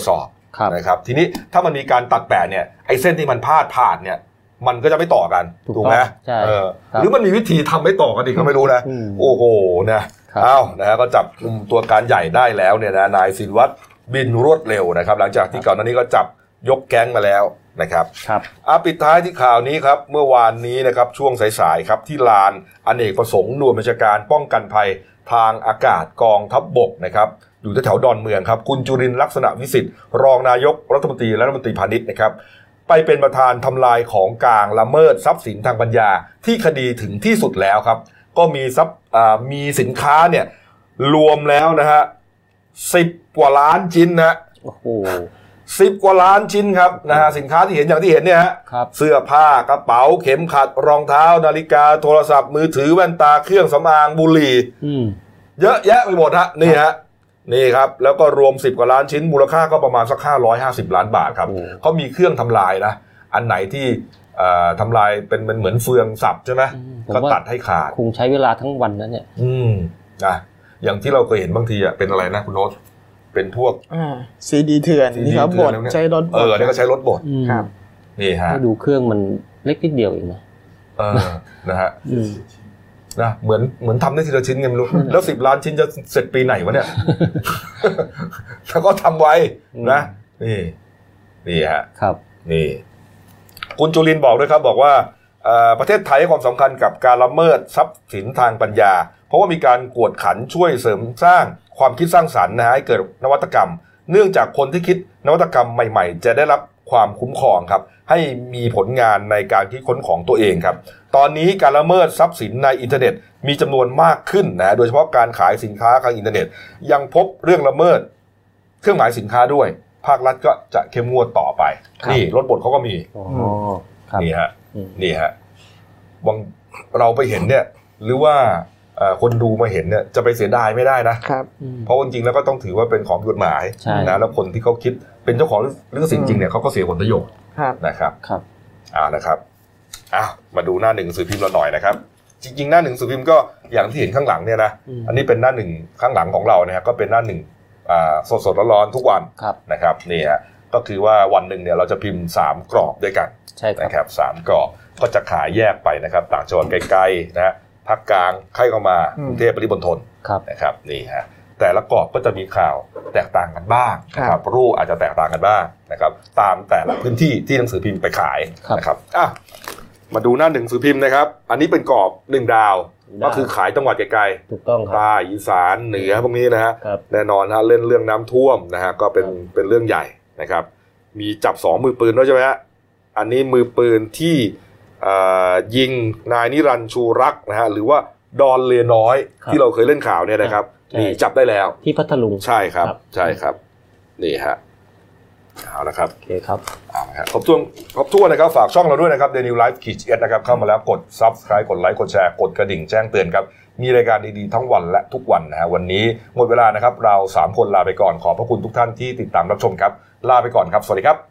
นะครับทีนี้ถ้ามันมีการตัดแปะเนี่ยไอ้เส้นที่มันพาดผ่านเนี่ยมันก็จะไม่ต่อกันถูกไหมหรือมันมีวิธีทำไม่ต่อกันอีกก็ไม่รู้นะโอ้โหนะนะฮะก็จับกลุ่มตัวการใหญ่ได้แล้วเนี่ยนะนายศิลวัฒน์บินรวดเร็วนะครับหลังจากที่ก่อนหน้านี้ก็จับยกแก๊งมาแล้วนะครับปิดท้ายที่ข่าวนี้ครับเมื่อวานนี้นะครับช่วงสายๆครับที่ลานอเนกประสงค์หน่วยบัญชาการป้องกันภัยทางอากาศกองทัพบกนะครับอยู่แถวดอนเมืองครับคุณจุรินทร์ลักษณะวิสิทธิ์รองนายกรัฐมนตรีและรัฐมนตรีพาณิชย์นะครับไปเป็นประธานทำลายของกลางละเมิดทรัพย์สินทางปัญญาที่คดีถึงที่สุดแล้วครับก็มีสินค้าเนี่ยรวมแล้วนะฮะ10 กว่าล้านชิ้นนะโอ้โห 10 กว่าล้านชิ้นครับนะฮะสินค้าที่เห็นอย่างที่เห็นเนี่ยฮะเสื้อผ้ากระเป๋าเข็มขัดรองเท้านาฬิกาโทรศัพท์มือถือแว่นตาเครื่องสำอางบุหรี่เยอะแยะไปหมดฮะนี่ฮะนี่ครับแล้วก็รวม10 กว่าล้านชิ้นมูลค่าก็ประมาณสัก550 ล้านบาทครับเขามีเครื่องทำลายนะอันไหนที่ทำลายเป็นเหมือนเฟืองสับใช่ไหมก็ตัดให้ขาดคงใช้เวลาทั้งวันนะเนี่ยนะอย่างที่เราเคยเห็นบางทีอ่ะเป็นอะไรนะคุณโน้ตเป็นพวกซีดีเถื่อนนี่ครับบดใช้รถบดนี่ก็ใช้รถบดครับนี่ฮะดูเครื่องมันเล็กนิดเดียวเองนะนะฮะนะเหมือนทำได้ทีละชิ้นไงไม่รู้แล้ว10 ล้านชิ้นจะเสร็จปีไหนวะเนี่ยแล้วก็ทำไว้นะนี่ฮะครับนี่คุณจุรินทร์บอกด้วยครับบอกว่าประเทศไทยให้ความสำคัญกับการละเมิดทรัพย์สินทางปัญญาเพราะว่ามีการกวดขันช่วยเสริมสร้างความคิดสร้างสรรค์นะฮะให้เกิดนวัตกรรมเนื่องจากคนที่คิดนวัตกรรมใหม่ๆจะได้รับความคุ้มครองครับให้มีผลงานในการคิดค้นของตัวเองครับตอนนี้การละเมิดทรัพย์สินในอินเทอร์เน็ตมีจำนวนมากขึ้นนะโดยเฉพาะการขายสินค้าทางอินเทอร์เน็ตยังพบเรื่องละเมิดเครื่องหมายสินค้าด้วยภาครัฐก็จะเข้มงวดต่อไปนี่รถบดเขาก็มีนี่ฮะบางเราไปเห็นเนี่ยหรือว่าคนดูมาเห็นเนี่ยจะไปเสียดายไม่ได้นะครับเพราะจริงๆแล้วก็ต้องถือว่าเป็นของกฎหมายนะแล้วคนที่เขาคิดเป็นเจ้าของลิขสิทธิ์จริงเนี่ยเขาก็เสียผลประโยชน์นะครับนะครับมาดูหน้าหนึ่งหนังสือพิมพ์เราหน่อยนะครับจริงๆหน้าหนึ่งหนังสือพิมพ์ก็อย่างที่เห็นข้างหลังเนี่ยนะอันนี้เป็นหน้าหนึ่งข้างหลังของเราเนี่ยก็เป็นหน้าหนึ่งสดๆร้อนๆทุกวันนะครับนี่ฮะก็คือว่าวันหนึ่งเนี่ยเราจะพิมพ์3 กรอบด้วยกันนะครับ3 กรอบก็จะขายแยกไปนะครับต่างจังหวัดไกลๆนะภาคกลางใกล้เข้ามากรุงเทพปริมณฑลนะครับนี่ฮะแต่ละกรอบก็จะมีข่าวแตกต่างกันบ้างนะครับรูปอาจจะแตกต่างกันบ้างนะครับตามแต่ละพื้นที่ที่หนังสือพิมพ์ไปขายนะครับมาดูหน้าหนึ่งหนังสือพิมพ์นะครับอันนี้เป็นกรอบ1 ดาวก็คือขายจังหวัดไกลๆถูกต้องครับใต้อีสานเหนือพวกนี้นะฮะแน่นอนฮะเล่นเรื่องน้ำท่วมนะฮะก็เป็นเรื่องใหญ่นะครับมีจับ2 มือปืนด้วยใช่ไหมฮะอันนี้มือปืนที่ยิงนายนิรันดร์ชูรักนะฮะหรือว่าดอนเลน้อยที่เราเคยเล่นข่าวเนี่ยนะครับนี่จับได้แล้วที่พัทลุงใช่ครับนี่ฮะเอาละครับโอเคครับครบถ้วนนะครับฝากช่องเราด้วยนะครับ The New Life KS นะครับเข้ามาแล้วกด Subscribe กดไลค์กดแชร์กดกระดิ่งแจ้งเตือนครับมีรายการดีๆทั้งวันและทุกวันนะฮะวันนี้หมดเวลานะครับเรา3 คนลาไปก่อนขอบพระคุณทุกท่านที่ติดตามรับชมครับลาไปก่อนครับสวัสดีครับ